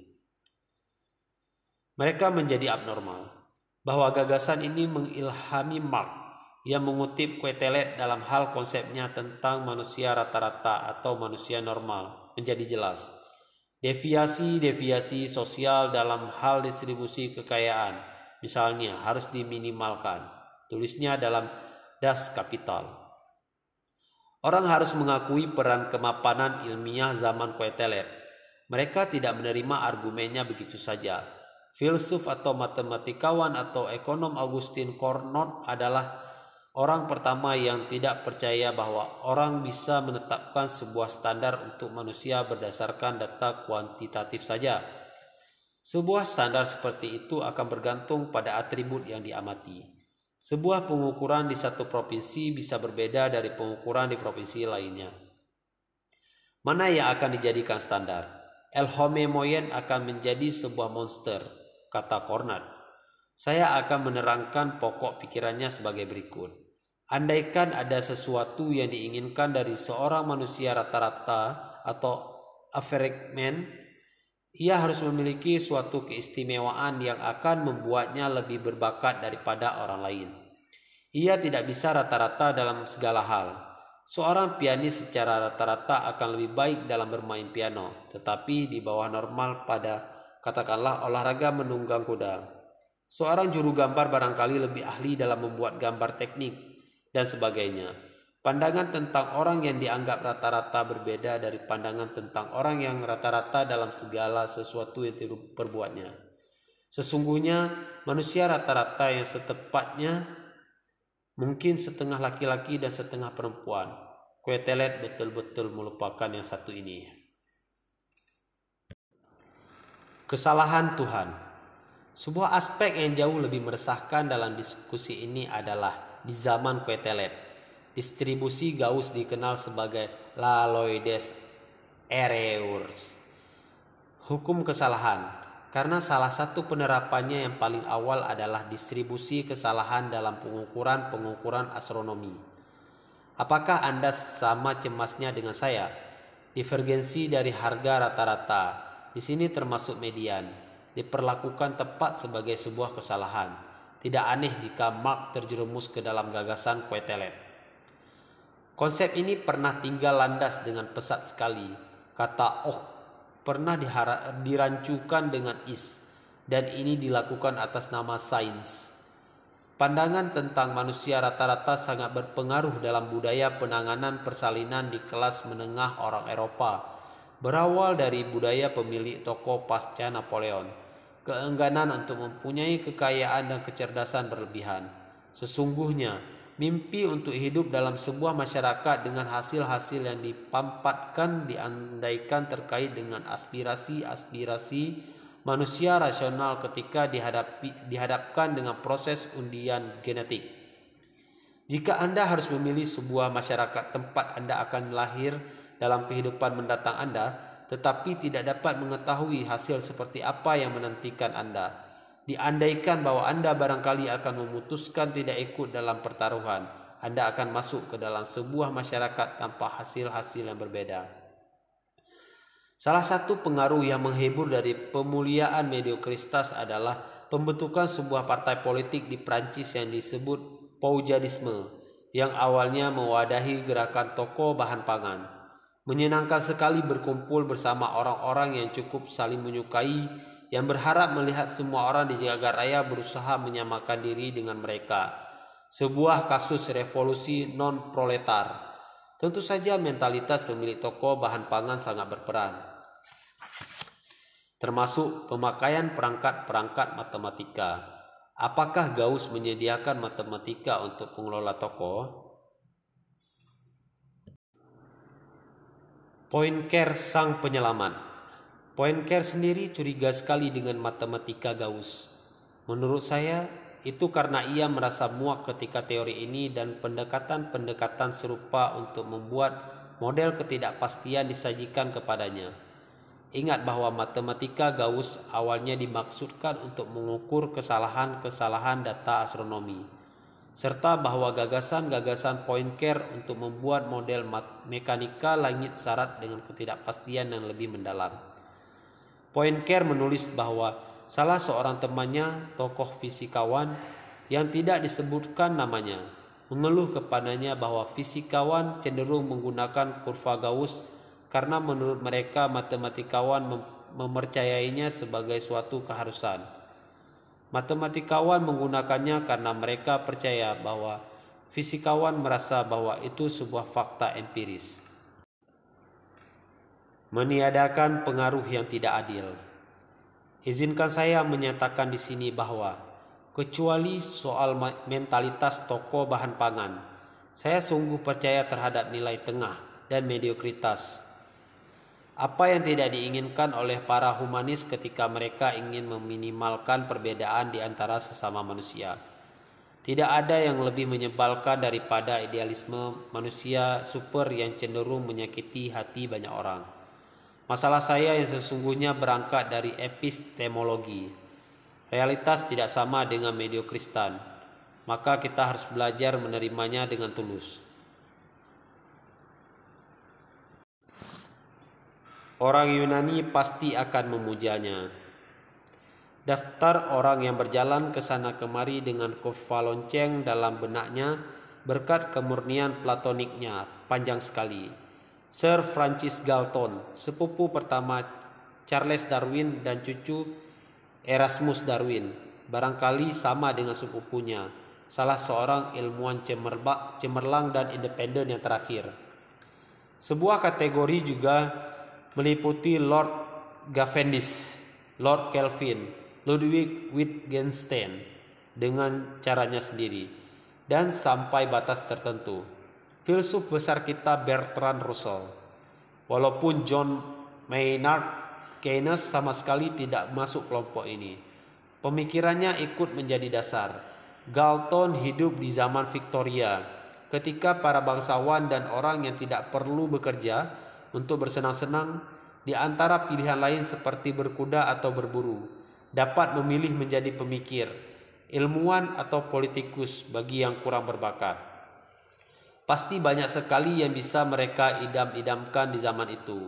Mereka menjadi abnormal. Bahwa gagasan ini mengilhami Marx yang mengutip Quetelet dalam hal konsepnya tentang manusia rata-rata atau manusia normal menjadi jelas. Deviasi-deviasi sosial dalam hal distribusi kekayaan, misalnya, harus diminimalkan. Tulisnya dalam Das Kapital. Orang harus mengakui peran kemapanan ilmiah zaman Quetelet. Mereka tidak menerima argumennya begitu saja. Filsuf atau matematikawan atau ekonom Augustin Cournot adalah orang pertama yang tidak percaya bahwa orang bisa menetapkan sebuah standar untuk manusia berdasarkan data kuantitatif saja. Sebuah standar seperti itu akan bergantung pada atribut yang diamati. Sebuah pengukuran di satu provinsi bisa berbeda dari pengukuran di provinsi lainnya. Mana yang akan dijadikan standar? El homme moyen akan menjadi sebuah monster, kata Cournot. Saya akan menerangkan pokok pikirannya sebagai berikut. Andaikan ada sesuatu yang diinginkan dari seorang manusia rata-rata atau average man, ia harus memiliki suatu keistimewaan yang akan membuatnya lebih berbakat daripada orang lain. Ia tidak bisa rata-rata dalam segala hal. Seorang pianis secara rata-rata akan lebih baik dalam bermain piano, tetapi di bawah normal pada katakanlah olahraga menunggang kuda. Seorang juru gambar barangkali lebih ahli dalam membuat gambar teknik dan sebagainya. Pandangan tentang orang yang dianggap rata-rata berbeda dari pandangan tentang orang yang rata-rata dalam segala sesuatu yang diperbuatnya. Sesungguhnya manusia rata-rata yang setepatnya mungkin setengah laki-laki dan setengah perempuan. Quetelet betul-betul melupakan yang satu ini. Kesalahan Tuhan. Sebuah aspek yang jauh lebih meresahkan dalam diskusi ini adalah di zaman Quetelet, distribusi Gauss dikenal sebagai la loi des erreurs, hukum kesalahan, karena salah satu penerapannya yang paling awal adalah distribusi kesalahan dalam pengukuran-pengukuran astronomi. Apakah Anda sama cemasnya dengan saya? Divergensi dari harga rata-rata, di sini termasuk median, diperlakukan tepat sebagai sebuah kesalahan. Tidak aneh jika Marx terjerumus ke dalam gagasan Quetelet. Konsep ini pernah tinggal landas dengan pesat sekali. Kata "oh" pernah dirancukan dengan "is", dan ini dilakukan atas nama sains. Pandangan tentang manusia rata-rata sangat berpengaruh dalam budaya penanganan persalinan di kelas menengah orang Eropa, berawal dari budaya pemilik toko pasca Napoleon. Keengganan untuk mempunyai kekayaan dan kecerdasan berlebihan. Sesungguhnya, mimpi untuk hidup dalam sebuah masyarakat dengan hasil-hasil yang dipampatkan diandaikan terkait dengan aspirasi-aspirasi manusia rasional ketika dihadapi, dihadapkan dengan proses undian genetik. Jika Anda harus memilih sebuah masyarakat tempat Anda akan lahir dalam kehidupan mendatang Anda, tetapi tidak dapat mengetahui hasil seperti apa yang menantikan Anda. Diandaikan bahwa Anda barangkali akan memutuskan tidak ikut dalam pertaruhan, Anda akan masuk ke dalam sebuah masyarakat tanpa hasil-hasil yang berbeda. Salah satu pengaruh yang menghibur dari pemuliaan mediokritas adalah pembentukan sebuah partai politik di Prancis yang disebut Poujadisme, yang awalnya mewadahi gerakan toko bahan pangan. Menyenangkan sekali berkumpul bersama orang-orang yang cukup saling menyukai, yang berharap melihat semua orang di jagat raya berusaha menyamakan diri dengan mereka. Sebuah kasus revolusi non-proletar. Tentu saja mentalitas pemilik toko bahan pangan sangat berperan, termasuk pemakaian perangkat-perangkat matematika. Apakah Gauss menyediakan matematika untuk pengelola toko? Poincare sang penyelamat. Poincare sendiri curiga sekali dengan matematika Gauss. Menurut saya, itu karena ia merasa muak ketika teori ini dan pendekatan-pendekatan serupa untuk membuat model ketidakpastian disajikan kepadanya. Ingat bahwa matematika Gauss awalnya dimaksudkan untuk mengukur kesalahan-kesalahan data astronomi, serta bahwa gagasan-gagasan Poincare untuk membuat model mekanika langit syarat dengan ketidakpastian yang lebih mendalam. Poincare menulis bahwa salah seorang temannya, tokoh fisikawan yang tidak disebutkan namanya, mengeluh kepadanya bahwa fisikawan cenderung menggunakan kurva Gauss karena menurut mereka matematikawan mem- mempercayainya sebagai suatu keharusan. Matematikawan menggunakannya karena mereka percaya bahwa fisikawan merasa bahwa itu sebuah fakta empiris. Meniadakan pengaruh yang tidak adil. Izinkan saya menyatakan di sini bahwa kecuali soal mentalitas toko bahan pangan, saya sungguh percaya terhadap nilai tengah dan mediokritas. Apa yang tidak diinginkan oleh para humanis ketika mereka ingin meminimalkan perbedaan di antara sesama manusia. Tidak ada yang lebih menyebalkan daripada idealisme manusia super yang cenderung menyakiti hati banyak orang. Masalah saya yang sesungguhnya berangkat dari epistemologi. Realitas tidak sama dengan mediokristan. maka kita harus belajar menerimanya dengan tulus. Orang Yunani pasti akan memujanya. Daftar orang yang berjalan ke sana kemari dengan kurva lonceng dalam benaknya berkat kemurnian platoniknya panjang sekali. Sir Francis Galton, sepupu pertama Charles Darwin dan cucu Erasmus Darwin, barangkali sama dengan sepupunya, salah seorang ilmuwan cemerlang, cemerlang dan independen yang terakhir. Sebuah kategori juga meliputi Lord Cavendish, Lord Kelvin, Ludwig Wittgenstein dengan caranya sendiri, dan sampai batas tertentu, filsuf besar kita Bertrand Russell. Walaupun John Maynard Keynes sama sekali tidak masuk kelompok ini, pemikirannya ikut menjadi dasar. Galton hidup di zaman Victoria, ketika para bangsawan dan orang yang tidak perlu bekerja untuk bersenang-senang di antara pilihan lain seperti berkuda atau berburu, dapat memilih menjadi pemikir, ilmuwan atau politikus bagi yang kurang berbakat. Pasti banyak sekali yang bisa mereka idam-idamkan di zaman itu.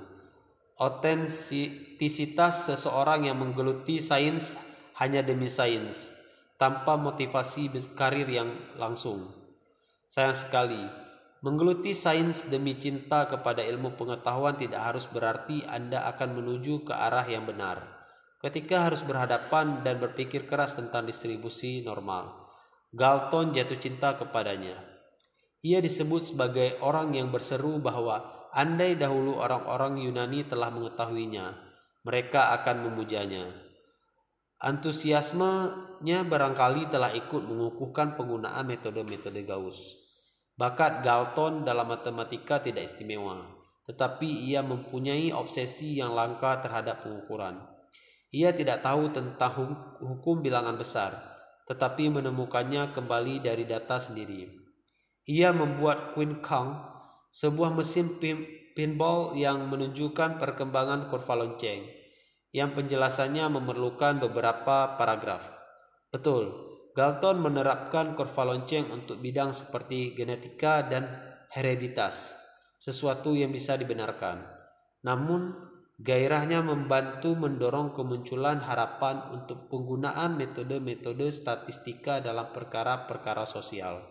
Otentisitas seseorang yang menggeluti sains hanya demi sains, tanpa motivasi karir yang langsung. Sayang sekali, menggeluti sains demi cinta kepada ilmu pengetahuan tidak harus berarti Anda akan menuju ke arah yang benar. Ketika harus berhadapan dan berpikir keras tentang distribusi normal, Galton jatuh cinta kepadanya. Ia disebut sebagai orang yang berseru bahwa andai dahulu orang-orang Yunani telah mengetahuinya, mereka akan memujanya. Antusiasmenya barangkali telah ikut mengukuhkan penggunaan metode-metode Gauss. Bakat Galton dalam matematika tidak istimewa, tetapi ia mempunyai obsesi yang langka terhadap pengukuran. Ia tidak tahu tentang hukum bilangan besar, tetapi menemukannya kembali dari data sendiri. Ia membuat Queen Kong, sebuah mesin pinball yang menunjukkan perkembangan kurva lonceng, yang penjelasannya memerlukan beberapa paragraf. Betul, Galton menerapkan kurva lonceng untuk bidang seperti genetika dan hereditas, sesuatu yang bisa dibenarkan. Namun, gairahnya membantu mendorong kemunculan harapan untuk penggunaan metode-metode statistika dalam perkara-perkara sosial.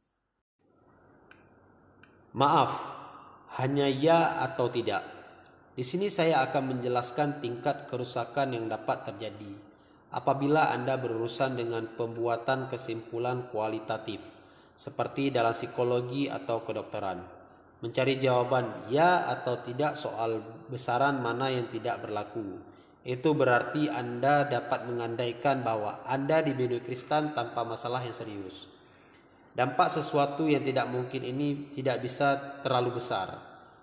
Maaf, hanya ya atau tidak. Di sini saya akan menjelaskan tingkat kerusakan yang dapat terjadi apabila Anda berurusan dengan pembuatan kesimpulan kualitatif, seperti dalam psikologi atau kedokteran. Mencari jawaban ya atau tidak soal besaran mana yang tidak berlaku. Itu berarti Anda dapat mengandaikan bahwa Anda dibunuh Kristen tanpa masalah yang serius. Dampak sesuatu yang tidak mungkin ini tidak bisa terlalu besar.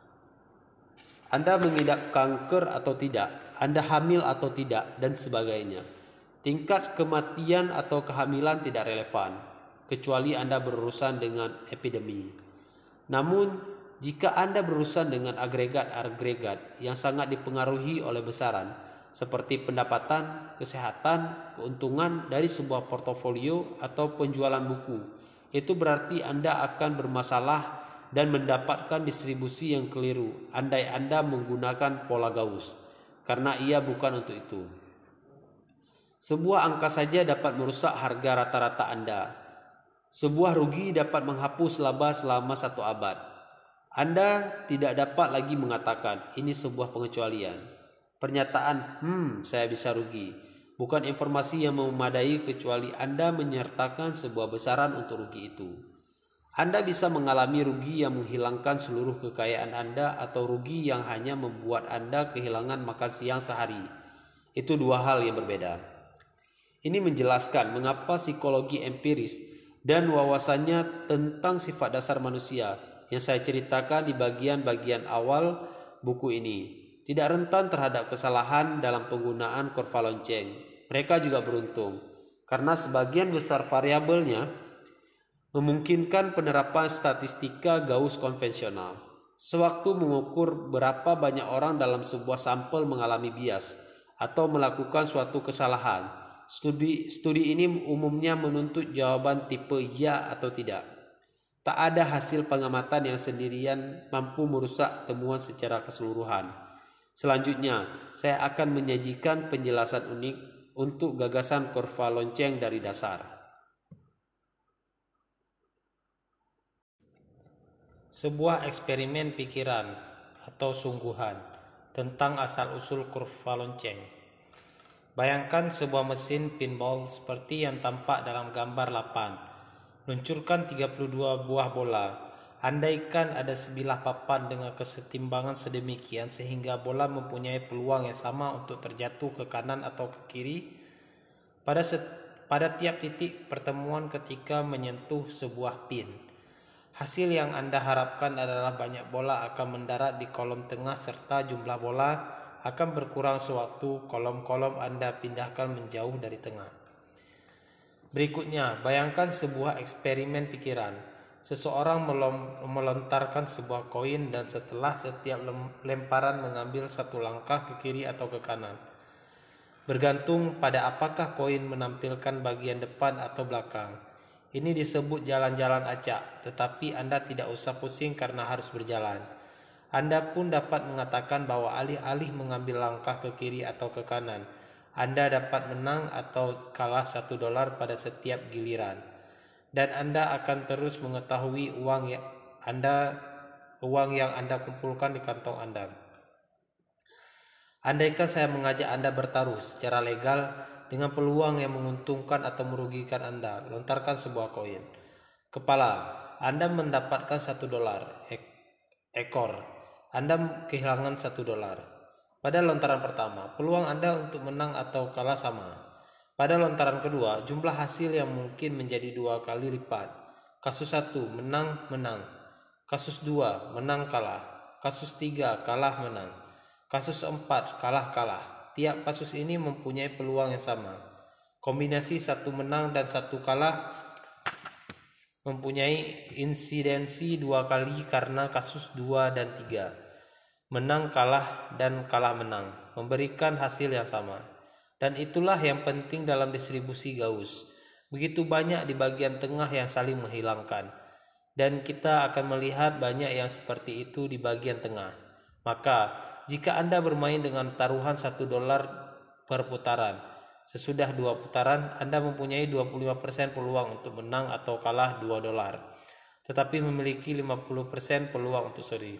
Anda mengidap kanker atau tidak, Anda hamil atau tidak, dan sebagainya. Tingkat kematian atau kehamilan tidak relevan, kecuali Anda berurusan dengan epidemi. Namun, jika Anda berurusan dengan agregat-agregat yang sangat dipengaruhi oleh besaran, seperti pendapatan, kesehatan, keuntungan dari sebuah portofolio atau penjualan buku, itu berarti Anda akan bermasalah dan mendapatkan distribusi yang keliru andai Anda menggunakan pola Gauss, karena ia bukan untuk itu. Sebuah angka saja dapat merusak harga rata-rata Anda. Sebuah rugi dapat menghapus laba selama satu abad. Anda tidak dapat lagi mengatakan ini sebuah pengecualian. Pernyataan, hmm saya bisa rugi, bukan informasi yang memadai kecuali Anda menyertakan sebuah besaran untuk rugi itu. Anda bisa mengalami rugi yang menghilangkan seluruh kekayaan Anda atau rugi yang hanya membuat Anda kehilangan makan siang sehari. Itu dua hal yang berbeda. Ini menjelaskan mengapa psikologi empiris dan wawasannya tentang sifat dasar manusia yang saya ceritakan di bagian-bagian awal buku ini tidak rentan terhadap kesalahan dalam penggunaan kurva lonceng. Mereka juga beruntung, karena sebagian besar variabelnya memungkinkan penerapan statistika Gauss konvensional. Sewaktu mengukur berapa banyak orang dalam sebuah sampel mengalami bias atau melakukan suatu kesalahan, Studi, studi ini umumnya menuntut jawaban tipe ya atau tidak. Tak ada hasil pengamatan yang sendirian mampu merusak temuan secara keseluruhan. Selanjutnya, saya akan menyajikan penjelasan unik untuk gagasan kurva lonceng dari dasar. Sebuah eksperimen pikiran atau sungguhan tentang asal-usul kurva lonceng. Bayangkan sebuah mesin pinball seperti yang tampak dalam gambar delapan. Luncurkan tiga puluh dua buah bola. Andaikan ada sebilah papan dengan kesetimbangan sedemikian sehingga bola mempunyai peluang yang sama untuk terjatuh ke kanan atau ke kiri pada set, pada tiap titik pertemuan ketika menyentuh sebuah pin. Hasil yang Anda harapkan adalah banyak bola akan mendarat di kolom tengah serta jumlah bola akan berkurang sewaktu kolom-kolom Anda pindahkan menjauh dari tengah. Berikutnya, bayangkan sebuah eksperimen pikiran. Seseorang melontarkan sebuah koin dan setelah setiap lemparan mengambil satu langkah ke kiri atau ke kanan. Bergantung pada apakah koin menampilkan bagian depan atau belakang. Ini disebut jalan-jalan acak, tetapi Anda tidak usah pusing karena harus berjalan. Anda pun dapat mengatakan bahwa alih-alih mengambil langkah ke kiri atau ke kanan, Anda dapat menang atau kalah satu dolar pada setiap giliran. Dan Anda akan terus mengetahui uang yang Anda uang yang Anda kumpulkan di kantong Anda. Andaikan saya mengajak Anda bertaruh secara legal dengan peluang yang menguntungkan atau merugikan Anda, lontarkan sebuah koin. Kepala, Anda mendapatkan satu dolar. Ekor, Anda kehilangan satu dolar. Pada lontaran pertama, peluang Anda untuk menang atau kalah sama. Pada lontaran kedua, jumlah hasil yang mungkin menjadi dua kali lipat. Kasus satu, menang-menang. Kasus dua, menang-kalah. Kasus tiga, kalah-menang. Kasus empat, kalah-kalah. Tiap kasus ini mempunyai peluang yang sama. Kombinasi satu menang dan satu kalah mempunyai insidensi dua kali karena kasus dua dan tiga. Menang, kalah, dan kalah menang memberikan hasil yang sama. Dan itulah yang penting dalam distribusi Gauss. Begitu banyak di bagian tengah yang saling menghilangkan. Dan kita akan melihat banyak yang seperti itu di bagian tengah. Maka, jika Anda bermain dengan taruhan satu dolar per putaran, sesudah dua putaran, Anda mempunyai dua puluh lima persen peluang untuk menang atau kalah dua dolar. Tetapi memiliki lima puluh persen peluang untuk seri.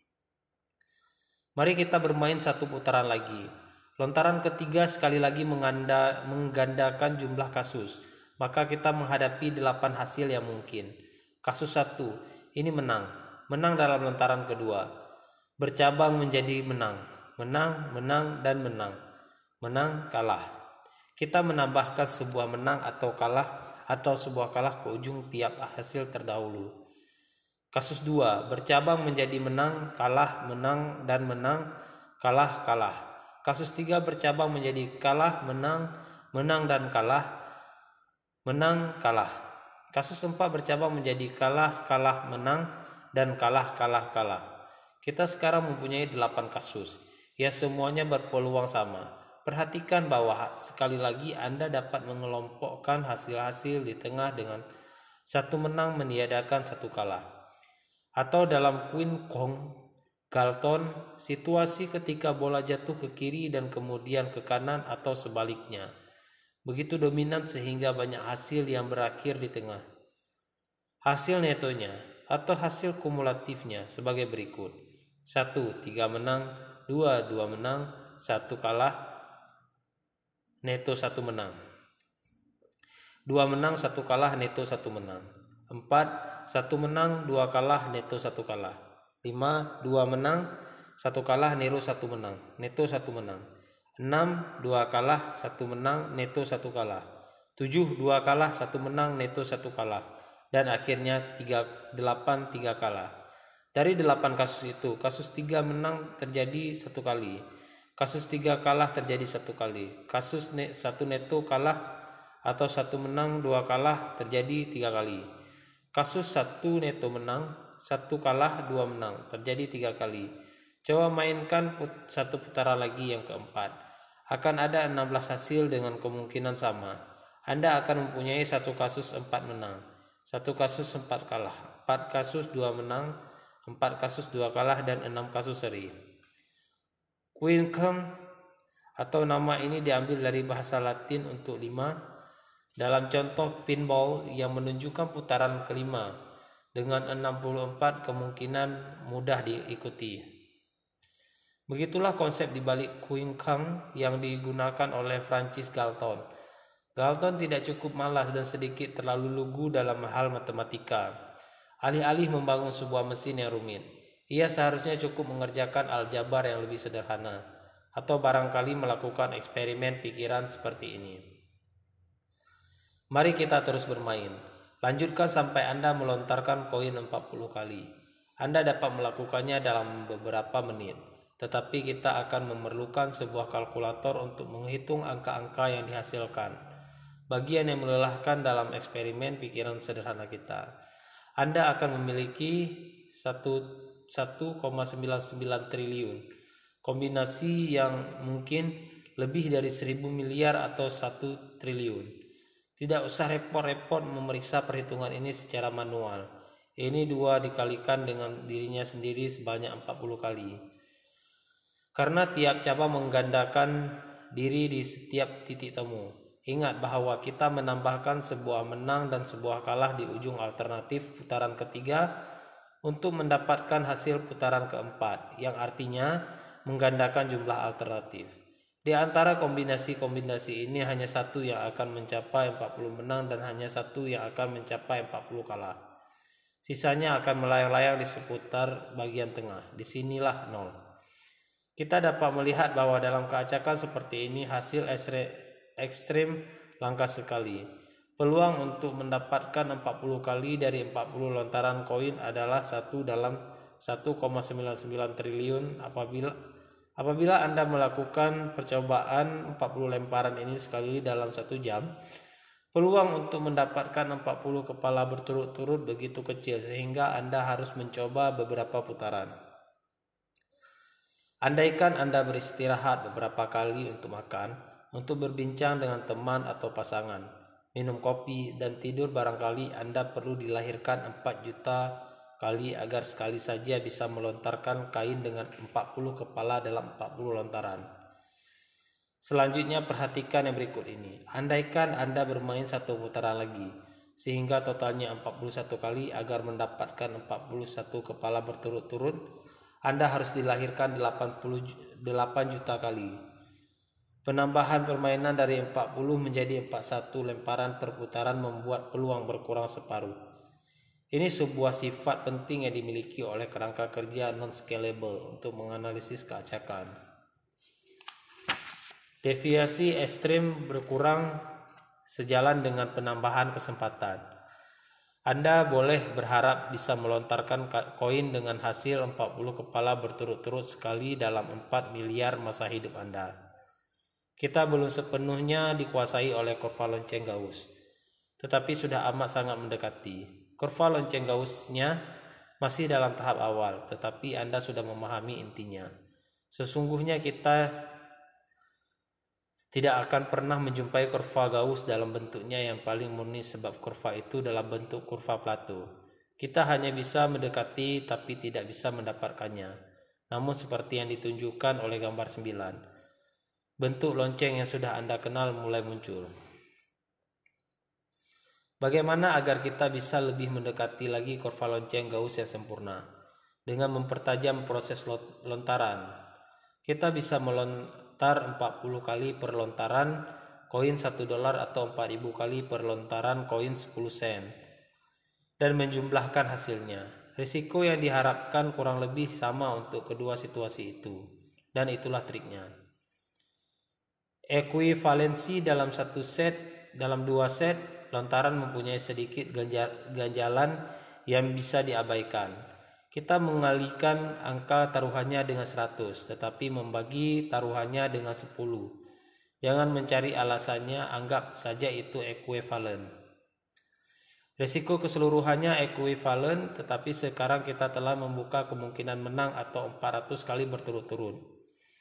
Mari kita bermain satu putaran lagi. Lontaran ketiga sekali lagi menganda, menggandakan jumlah kasus. Maka kita menghadapi delapan hasil yang mungkin. Kasus satu, ini menang. Menang dalam lontaran kedua. Bercabang menjadi menang. Menang, menang, dan menang. Menang, kalah. Kita menambahkan sebuah menang atau kalah atau sebuah kalah ke ujung tiap hasil terdahulu. Kasus dua, bercabang menjadi menang, kalah, menang, dan menang, kalah, kalah. Kasus tiga bercabang menjadi kalah, menang, menang, dan kalah, menang, kalah. Kasus empat bercabang menjadi kalah, kalah, menang, dan kalah, kalah, kalah. Kita sekarang mempunyai delapan kasus, yang semuanya berpeluang sama. Perhatikan bahwa sekali lagi Anda dapat mengelompokkan hasil-hasil di tengah dengan satu menang meniadakan satu kalah. Atau dalam Queen Kong Galton, situasi ketika bola jatuh ke kiri dan kemudian ke kanan atau sebaliknya. Begitu dominan sehingga banyak hasil yang berakhir di tengah. Hasil netonya atau hasil kumulatifnya sebagai berikut. satu. tiga menang. dua. dua menang. satu kalah. Neto satu menang. dua menang. satu kalah. Neto satu menang. empat. satu menang. dua kalah. Neto satu kalah. lima. dua menang. satu kalah. Neto satu menang. Neto satu menang. enam. dua kalah. satu menang. Neto satu kalah. tujuh. dua kalah. satu menang. Neto satu kalah. Dan akhirnya delapan. tiga kalah. Dari delapan kasus itu, kasus tiga menang terjadi satu kali. Kasus tiga kalah terjadi satu kali. Kasus ne- satu neto kalah atau satu menang dua kalah terjadi tiga kali. Kasus satu neto menang, satu kalah dua menang terjadi tiga kali. Coba mainkan put- satu putaran lagi yang keempat. Akan ada enam belas hasil dengan kemungkinan sama. Anda akan mempunyai satu kasus empat menang, satu kasus empat kalah, empat kasus dua menang, empat kasus dua kalah, dan enam kasus seri. Quinkeng atau nama ini diambil dari bahasa Latin untuk lima dalam contoh pinball yang menunjukkan putaran kelima dengan enam puluh empat kemungkinan mudah diikuti. Begitulah konsep di balik Quinkeng yang digunakan oleh Francis Galton. Galton tidak cukup malas dan sedikit terlalu lugu dalam hal matematika. Alih-alih membangun sebuah mesin yang rumit, ia seharusnya cukup mengerjakan aljabar yang lebih sederhana, atau barangkali melakukan eksperimen pikiran seperti ini. Mari kita terus bermain. Lanjutkan sampai Anda melontarkan koin empat puluh kali. Anda dapat melakukannya dalam beberapa menit. Tetapi kita akan memerlukan sebuah kalkulator untuk menghitung angka-angka yang dihasilkan. Bagian yang melelahkan dalam eksperimen pikiran sederhana kita. Anda akan memiliki satu koma sembilan sembilan triliun. Kombinasi yang mungkin lebih dari seribu miliar atau satu triliun. Tidak usah repot-repot memeriksa perhitungan ini secara manual. Ini dua dikalikan dengan dirinya sendiri sebanyak empat puluh kali. Karena tiap cabang menggandakan diri di setiap titik temu. Ingat bahwa kita menambahkan sebuah menang dan sebuah kalah di ujung alternatif putaran ketiga untuk mendapatkan hasil putaran keempat, yang artinya menggandakan jumlah alternatif. Di antara kombinasi-kombinasi ini hanya satu yang akan mencapai empat puluh menang dan hanya satu yang akan mencapai empat puluh kalah. Sisanya akan melayang-layang di seputar bagian tengah. Disinilah nol. Kita dapat melihat bahwa dalam keacakan seperti ini hasil ekstrim langka sekali. Peluang untuk mendapatkan empat puluh kali dari empat puluh lontaran koin adalah satu dalam satu koma sembilan sembilan triliun apabila apabila Anda melakukan percobaan empat puluh lemparan ini sekali dalam satu jam. Peluang untuk mendapatkan empat puluh kepala berturut-turut begitu kecil sehingga Anda harus mencoba beberapa putaran. Andaikan Anda beristirahat beberapa kali untuk makan, untuk berbincang dengan teman atau pasangan, minum kopi, dan tidur, barangkali Anda perlu dilahirkan empat juta kali agar sekali saja bisa melontarkan kain dengan empat puluh kepala dalam empat puluh lontaran. Selanjutnya perhatikan yang berikut ini. Andaikan Anda bermain satu putaran lagi, sehingga totalnya empat puluh satu kali agar mendapatkan empat puluh satu kepala berturut-turut, Anda harus dilahirkan delapan puluh delapan juta kali. Penambahan permainan dari empat puluh menjadi empat puluh satu lemparan per putaran membuat peluang berkurang separuh. Ini sebuah sifat penting yang dimiliki oleh kerangka kerja non-scalable untuk menganalisis keacakan. Deviasi ekstrim berkurang sejalan dengan penambahan kesempatan. Anda boleh berharap bisa melontarkan koin dengan hasil empat puluh kepala berturut-turut sekali dalam empat miliar masa hidup Anda. Kita belum sepenuhnya dikuasai oleh kurva lonceng Gauss, tetapi sudah amat sangat mendekati. Kurva lonceng Gauss-nya masih dalam tahap awal, tetapi Anda sudah memahami intinya. Sesungguhnya kita tidak akan pernah menjumpai kurva Gauss dalam bentuknya yang paling murni sebab kurva itu dalam bentuk kurva Plato. Kita hanya bisa mendekati tapi tidak bisa mendapatkannya. Namun seperti yang ditunjukkan oleh gambar sembilan, bentuk lonceng yang sudah Anda kenal mulai muncul. Bagaimana agar kita bisa lebih mendekati lagi kurva lonceng Gauss yang sempurna? Dengan mempertajam proses lontaran. Kita bisa melontar empat puluh kali per lontaran koin satu dolar atau empat ribu kali per lontaran koin sepuluh sen dan menjumlahkan hasilnya. Risiko yang diharapkan kurang lebih sama untuk kedua situasi itu, dan itulah triknya. Ekuivalensi dalam satu set, dalam dua set lontaran mempunyai sedikit ganjalan yang bisa diabaikan. Kita mengalihkan angka taruhannya dengan seratus, tetapi membagi taruhannya dengan sepuluh. Jangan mencari alasannya, anggap saja itu ekuivalen. Risiko keseluruhannya ekuivalen, tetapi sekarang kita telah membuka kemungkinan menang atau empat ratus kali berturut-turut.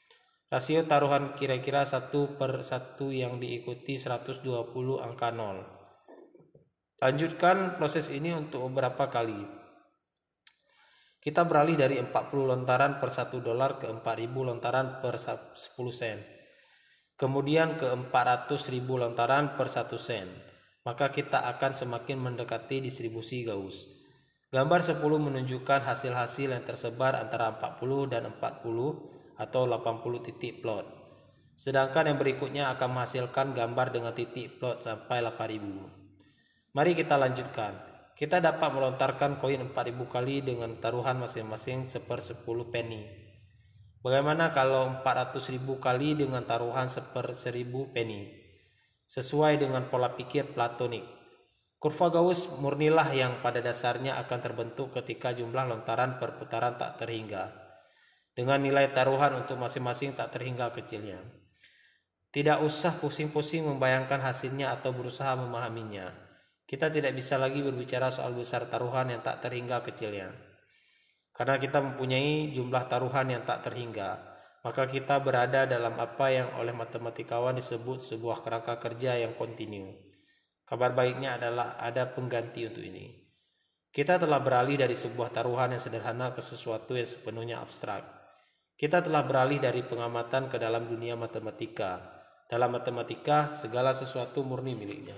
Rasio taruhan kira-kira satu per satu yang diikuti seratus dua puluh angka nol. Lanjutkan proses ini untuk beberapa kali. Kita beralih dari empat puluh lontaran per satu dolar ke empat ribu lontaran per sepuluh sen. Kemudian ke empat ratus ribu lontaran per satu sen. Maka kita akan semakin mendekati distribusi Gauss. Gambar sepuluh menunjukkan hasil-hasil yang tersebar antara empat puluh dan empat puluh atau delapan puluh titik plot. Sedangkan yang berikutnya akan menghasilkan gambar dengan titik plot sampai delapan ribu. Mari kita lanjutkan. Kita dapat melontarkan koin empat ribu kali dengan taruhan masing-masing seper sepuluh penny. Bagaimana kalau empat ratus ribu kali dengan taruhan seper seribu penny? Sesuai dengan pola pikir platonik. Kurva Gauss murnilah yang pada dasarnya akan terbentuk ketika jumlah lontaran per putaran tak terhingga, dengan nilai taruhan untuk masing-masing tak terhingga kecilnya. Tidak usah pusing-pusing membayangkan hasilnya atau berusaha memahaminya. Kita tidak bisa lagi berbicara soal besar taruhan yang tak terhingga kecilnya. Karena kita mempunyai jumlah taruhan yang tak terhingga, maka kita berada dalam apa yang oleh matematikawan disebut sebuah kerangka kerja yang kontinu. Kabar baiknya adalah ada pengganti untuk ini. Kita telah beralih dari sebuah taruhan yang sederhana ke sesuatu yang sepenuhnya abstrak. Kita telah beralih dari pengamatan ke dalam dunia matematika. Dalam matematika, segala sesuatu murni miliknya.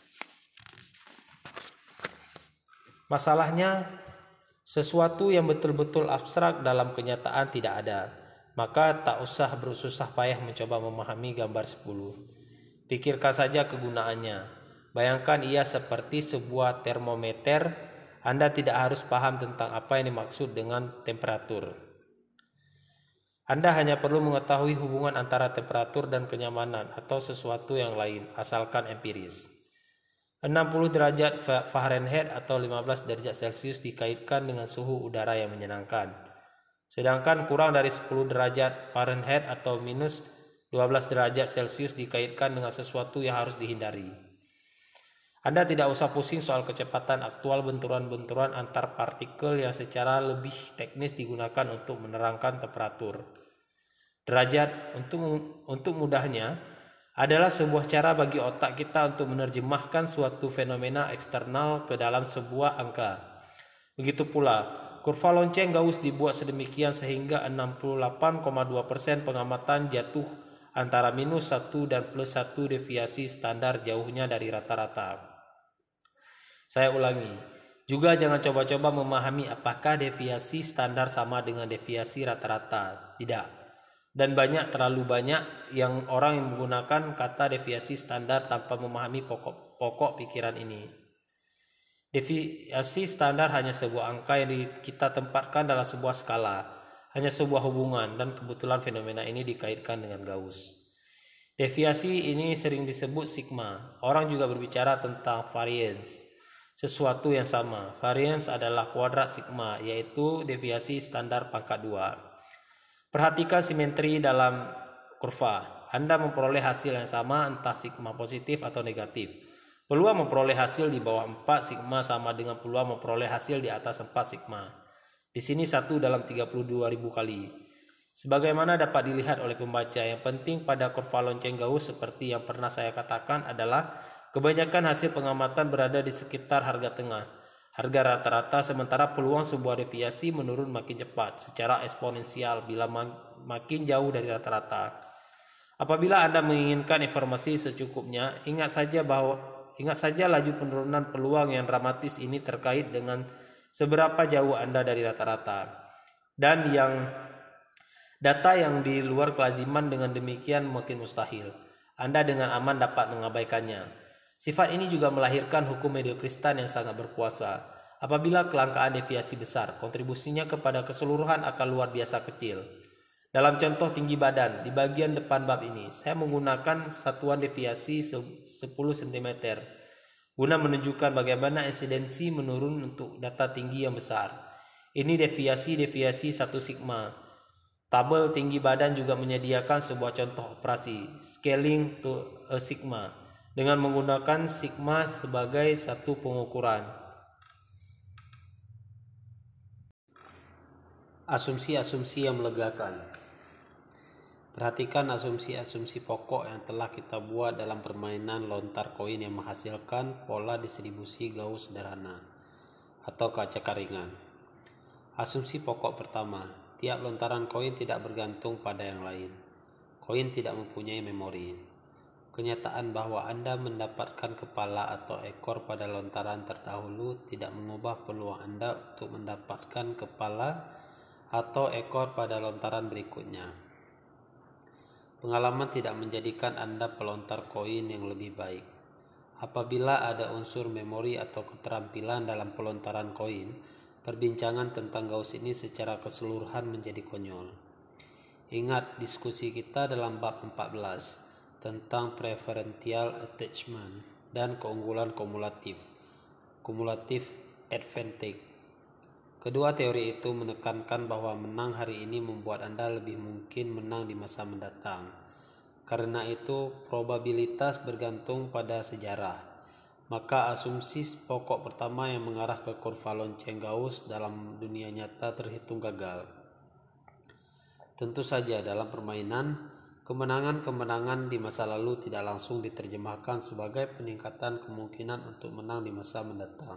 Masalahnya, sesuatu yang betul-betul abstrak dalam kenyataan tidak ada. Maka tak usah bersusah payah mencoba memahami gambar sepuluh. Pikirkan saja kegunaannya. Bayangkan ia seperti sebuah termometer. Anda tidak harus paham tentang apa yang dimaksud dengan temperatur. Anda hanya perlu mengetahui hubungan antara temperatur dan kenyamanan atau sesuatu yang lain, asalkan empiris. enam puluh derajat Fahrenheit atau lima belas derajat Celcius dikaitkan dengan suhu udara yang menyenangkan. Sedangkan kurang dari sepuluh derajat Fahrenheit atau minus dua belas derajat Celcius dikaitkan dengan sesuatu yang harus dihindari. Anda tidak usah pusing soal kecepatan aktual benturan-benturan antar partikel yang secara lebih teknis digunakan untuk menerangkan temperatur. Derajat, untuk untuk mudahnya, adalah sebuah cara bagi otak kita untuk menerjemahkan suatu fenomena eksternal ke dalam sebuah angka. Begitu pula, kurva lonceng Gauss dibuat sedemikian sehingga enam puluh delapan koma dua persen pengamatan jatuh antara minus satu dan plus satu deviasi standar jauhnya dari rata-rata. Saya ulangi, juga jangan coba-coba memahami apakah deviasi standar sama dengan deviasi rata-rata. Tidak. Dan banyak, terlalu banyak yang orang yang menggunakan kata deviasi standar tanpa memahami pokok-pokok pikiran ini. Deviasi standar hanya sebuah angka yang kita tempatkan dalam sebuah skala, hanya sebuah hubungan, dan kebetulan fenomena ini dikaitkan dengan Gauss. Deviasi ini sering disebut sigma. Orang juga berbicara tentang variance, sesuatu yang sama. Variance adalah kuadrat sigma, yaitu deviasi standar pangkat dua. Perhatikan simetri dalam kurva. Anda memperoleh hasil yang sama entah sigma positif atau negatif. Peluang memperoleh hasil di bawah empat sigma sama dengan peluang memperoleh hasil di atas empat sigma. Di sini satu dalam tiga puluh dua ribu kali. Sebagaimana dapat dilihat oleh pembaca, yang penting pada kurva lonceng Gauss seperti yang pernah saya katakan adalah kebanyakan hasil pengamatan berada di sekitar harga tengah. Harga rata-rata, sementara peluang sebuah deviasi menurun makin cepat secara eksponensial bila makin jauh dari rata-rata. Apabila Anda menginginkan informasi secukupnya, ingat saja bahwa ingat saja laju penurunan peluang yang dramatis ini terkait dengan seberapa jauh Anda dari rata-rata. Dan yang data yang di luar kelaziman dengan demikian makin mustahil. Anda dengan aman dapat mengabaikannya. Sifat ini juga melahirkan hukum mediokristan yang sangat berkuasa. Apabila kelangkaan deviasi besar, kontribusinya kepada keseluruhan akan luar biasa kecil. Dalam contoh tinggi badan, di bagian depan bab ini, saya menggunakan satuan deviasi sepuluh sentimeter guna menunjukkan bagaimana insidensi menurun untuk data tinggi yang besar. Ini deviasi-deviasi satu sigma. Tabel tinggi badan juga menyediakan sebuah contoh operasi, scaling to a sigma, dengan menggunakan sigma sebagai satu pengukuran. Asumsi-asumsi yang melegakan. Perhatikan asumsi-asumsi pokok yang telah kita buat dalam permainan lontar koin yang menghasilkan pola distribusi Gauss sederhana atau keacakan ringan. Asumsi pokok pertama, tiap lontaran koin tidak bergantung pada yang lain. Koin tidak mempunyai memori. Kenyataan bahwa Anda mendapatkan kepala atau ekor pada lontaran terdahulu tidak mengubah peluang Anda untuk mendapatkan kepala atau ekor pada lontaran berikutnya. Pengalaman tidak menjadikan Anda pelontar koin yang lebih baik. Apabila ada unsur memori atau keterampilan dalam pelontaran koin, perbincangan tentang Gauss ini secara keseluruhan menjadi konyol. Ingat diskusi kita dalam bab empat belas tentang preferential attachment dan keunggulan kumulatif, cumulative advantage. Kedua teori itu menekankan bahwa menang hari ini membuat Anda lebih mungkin menang di masa mendatang. Karena itu, probabilitas bergantung pada sejarah. Maka asumsi pokok pertama yang mengarah ke kurva lonceng Gauss dalam dunia nyata terhitung gagal. Tentu saja dalam permainan, kemenangan-kemenangan di masa lalu tidak langsung diterjemahkan sebagai peningkatan kemungkinan untuk menang di masa mendatang.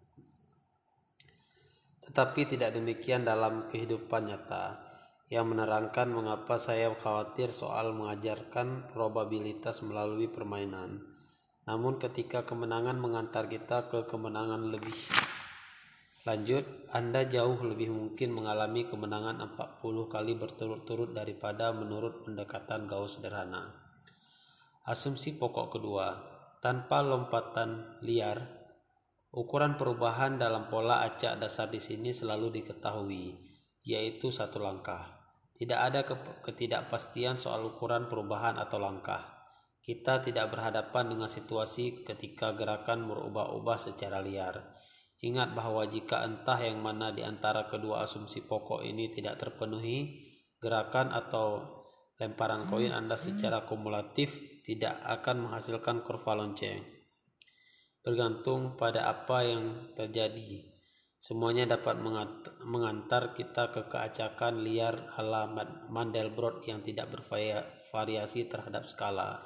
Tetapi tidak demikian dalam kehidupan nyata, yang menerangkan mengapa saya khawatir soal mengajarkan probabilitas melalui permainan. Namun ketika kemenangan mengantar kita ke kemenangan lebih lanjut, Anda jauh lebih mungkin mengalami kemenangan empat puluh kali berturut-turut daripada menurut pendekatan Gauss sederhana. Asumsi pokok kedua, tanpa lompatan liar, ukuran perubahan dalam pola acak dasar di sini selalu diketahui, yaitu satu langkah. Tidak ada ketidakpastian soal ukuran perubahan atau langkah. Kita tidak berhadapan dengan situasi ketika gerakan berubah-ubah secara liar. Ingat bahwa jika entah yang mana di antara kedua asumsi pokok ini tidak terpenuhi, gerakan atau lemparan koin Anda secara kumulatif tidak akan menghasilkan kurva lonceng. Bergantung pada apa yang terjadi, semuanya dapat mengantar kita ke keacakan liar ala Mandelbrot yang tidak bervariasi terhadap skala.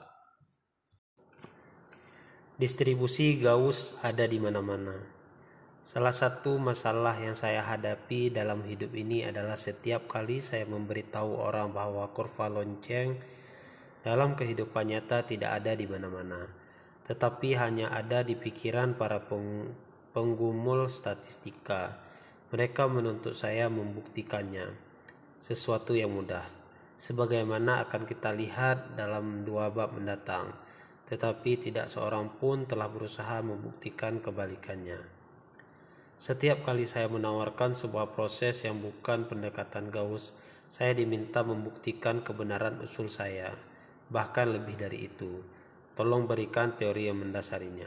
Distribusi Gauss ada di mana-mana. Salah satu masalah yang saya hadapi dalam hidup ini adalah setiap kali saya memberitahu orang bahwa kurva lonceng dalam kehidupan nyata tidak ada di mana-mana, tetapi hanya ada di pikiran para peng, penggumul statistika. Mereka menuntut saya membuktikannya, sesuatu yang mudah, sebagaimana akan kita lihat dalam dua bab mendatang, tetapi tidak seorang pun telah berusaha membuktikan kebalikannya. Setiap kali saya menawarkan sebuah proses yang bukan pendekatan Gauss, saya diminta membuktikan kebenaran usul saya, bahkan lebih dari itu. Tolong berikan teori yang mendasarinya.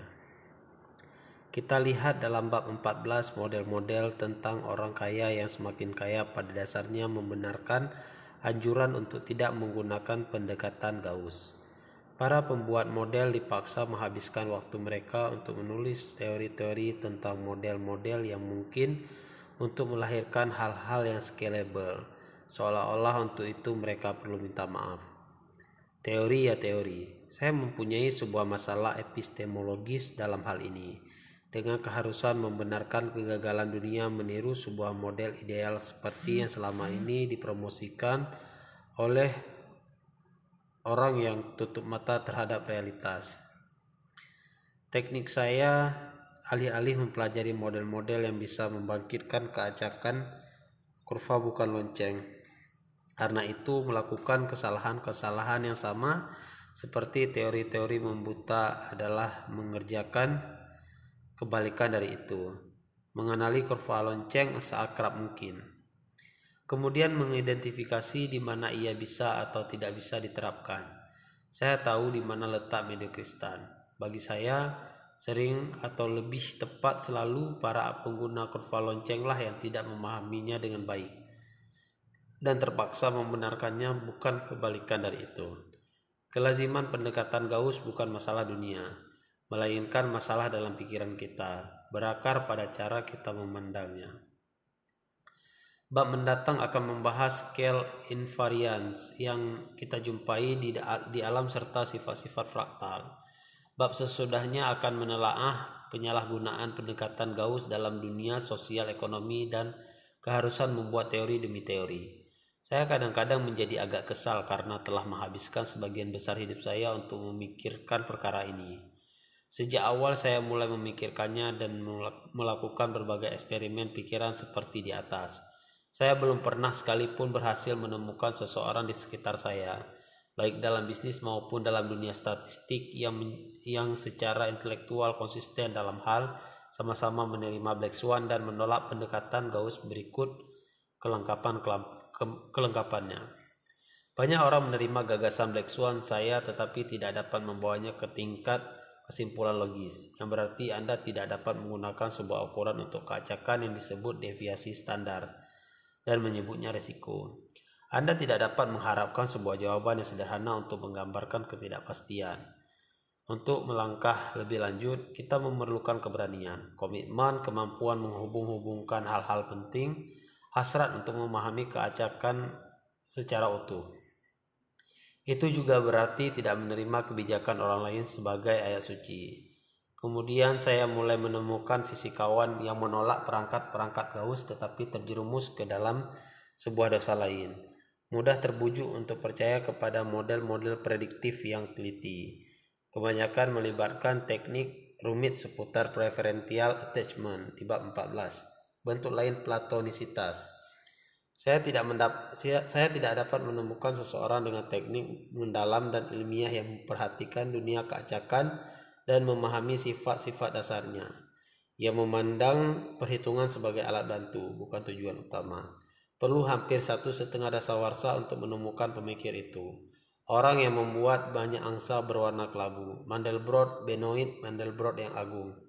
Kita lihat dalam bab empat belas model-model tentang orang kaya yang semakin kaya pada dasarnya membenarkan anjuran untuk tidak menggunakan pendekatan Gauss. Para pembuat model dipaksa menghabiskan waktu mereka untuk menulis teori-teori tentang model-model yang mungkin untuk melahirkan hal-hal yang scalable, seolah-olah untuk itu mereka perlu minta maaf. Teori ya teori. Saya mempunyai sebuah masalah epistemologis dalam hal ini, dengan keharusan membenarkan kegagalan dunia meniru sebuah model ideal seperti yang selama ini dipromosikan oleh orang yang tutup mata terhadap realitas. Teknik saya alih-alih mempelajari model-model yang bisa membangkitkan keacakan kurva bukan lonceng. Karena itu melakukan kesalahan-kesalahan yang sama seperti teori-teori membuta adalah mengerjakan kebalikan dari itu. Mengenali kurva lonceng seakrab mungkin. Kemudian mengidentifikasi di mana ia bisa atau tidak bisa diterapkan. Saya tahu di mana letak mediokristan. Bagi saya, sering atau lebih tepat selalu para pengguna kurva loncenglah yang tidak memahaminya dengan baik dan terpaksa membenarkannya, bukan kebalikan dari itu. Kelaziman pendekatan Gauss bukan masalah dunia, melainkan masalah dalam pikiran kita, berakar pada cara kita memandangnya. Bab mendatang akan membahas scale invariance yang kita jumpai di, di alam serta sifat-sifat fraktal. Bab sesudahnya akan menelaah penyalahgunaan pendekatan Gauss dalam dunia sosial ekonomi dan keharusan membuat teori demi teori. Saya kadang-kadang menjadi agak kesal karena telah menghabiskan sebagian besar hidup saya untuk memikirkan perkara ini. Sejak awal saya mulai memikirkannya dan melakukan berbagai eksperimen pikiran seperti di atas. Saya belum pernah sekalipun berhasil menemukan seseorang di sekitar saya, baik dalam bisnis maupun dalam dunia statistik yang yang secara intelektual konsisten dalam hal sama-sama menerima Black Swan dan menolak pendekatan Gauss berikut kelengkapan kelengkapannya. Banyak orang menerima gagasan Black Swan saya tetapi tidak dapat membawanya ke tingkat kesimpulan logis, yang berarti Anda tidak dapat menggunakan sebuah ukuran untuk keacakan yang disebut deviasi standar dan menyebutnya resiko. Anda tidak dapat mengharapkan sebuah jawaban yang sederhana untuk menggambarkan ketidakpastian. Untuk melangkah lebih lanjut, kita memerlukan keberanian, komitmen, kemampuan menghubung-hubungkan hal-hal penting, hasrat untuk memahami keacakan secara utuh. Itu juga berarti tidak menerima kebijakan orang lain sebagai ayat suci. Kemudian saya mulai menemukan fisikawan yang menolak perangkat-perangkat Gauss tetapi terjerumus ke dalam sebuah dosa lain. Mudah terbujuk untuk percaya kepada model-model prediktif yang teliti. Kebanyakan melibatkan teknik rumit seputar preferential attachment di bab empat belas. Bentuk lain platonisitas. Saya tidak mendap- saya, saya tidak dapat menemukan seseorang dengan teknik mendalam dan ilmiah yang memperhatikan dunia keacakan dan memahami sifat-sifat dasarnya, yang memandang perhitungan sebagai alat bantu, bukan tujuan utama. Perlu hampir satu setengah dasawarsa untuk menemukan pemikir itu. Orang yang membuat banyak angsa berwarna kelabu, Mandelbrot, Benoit, Mandelbrot yang agung.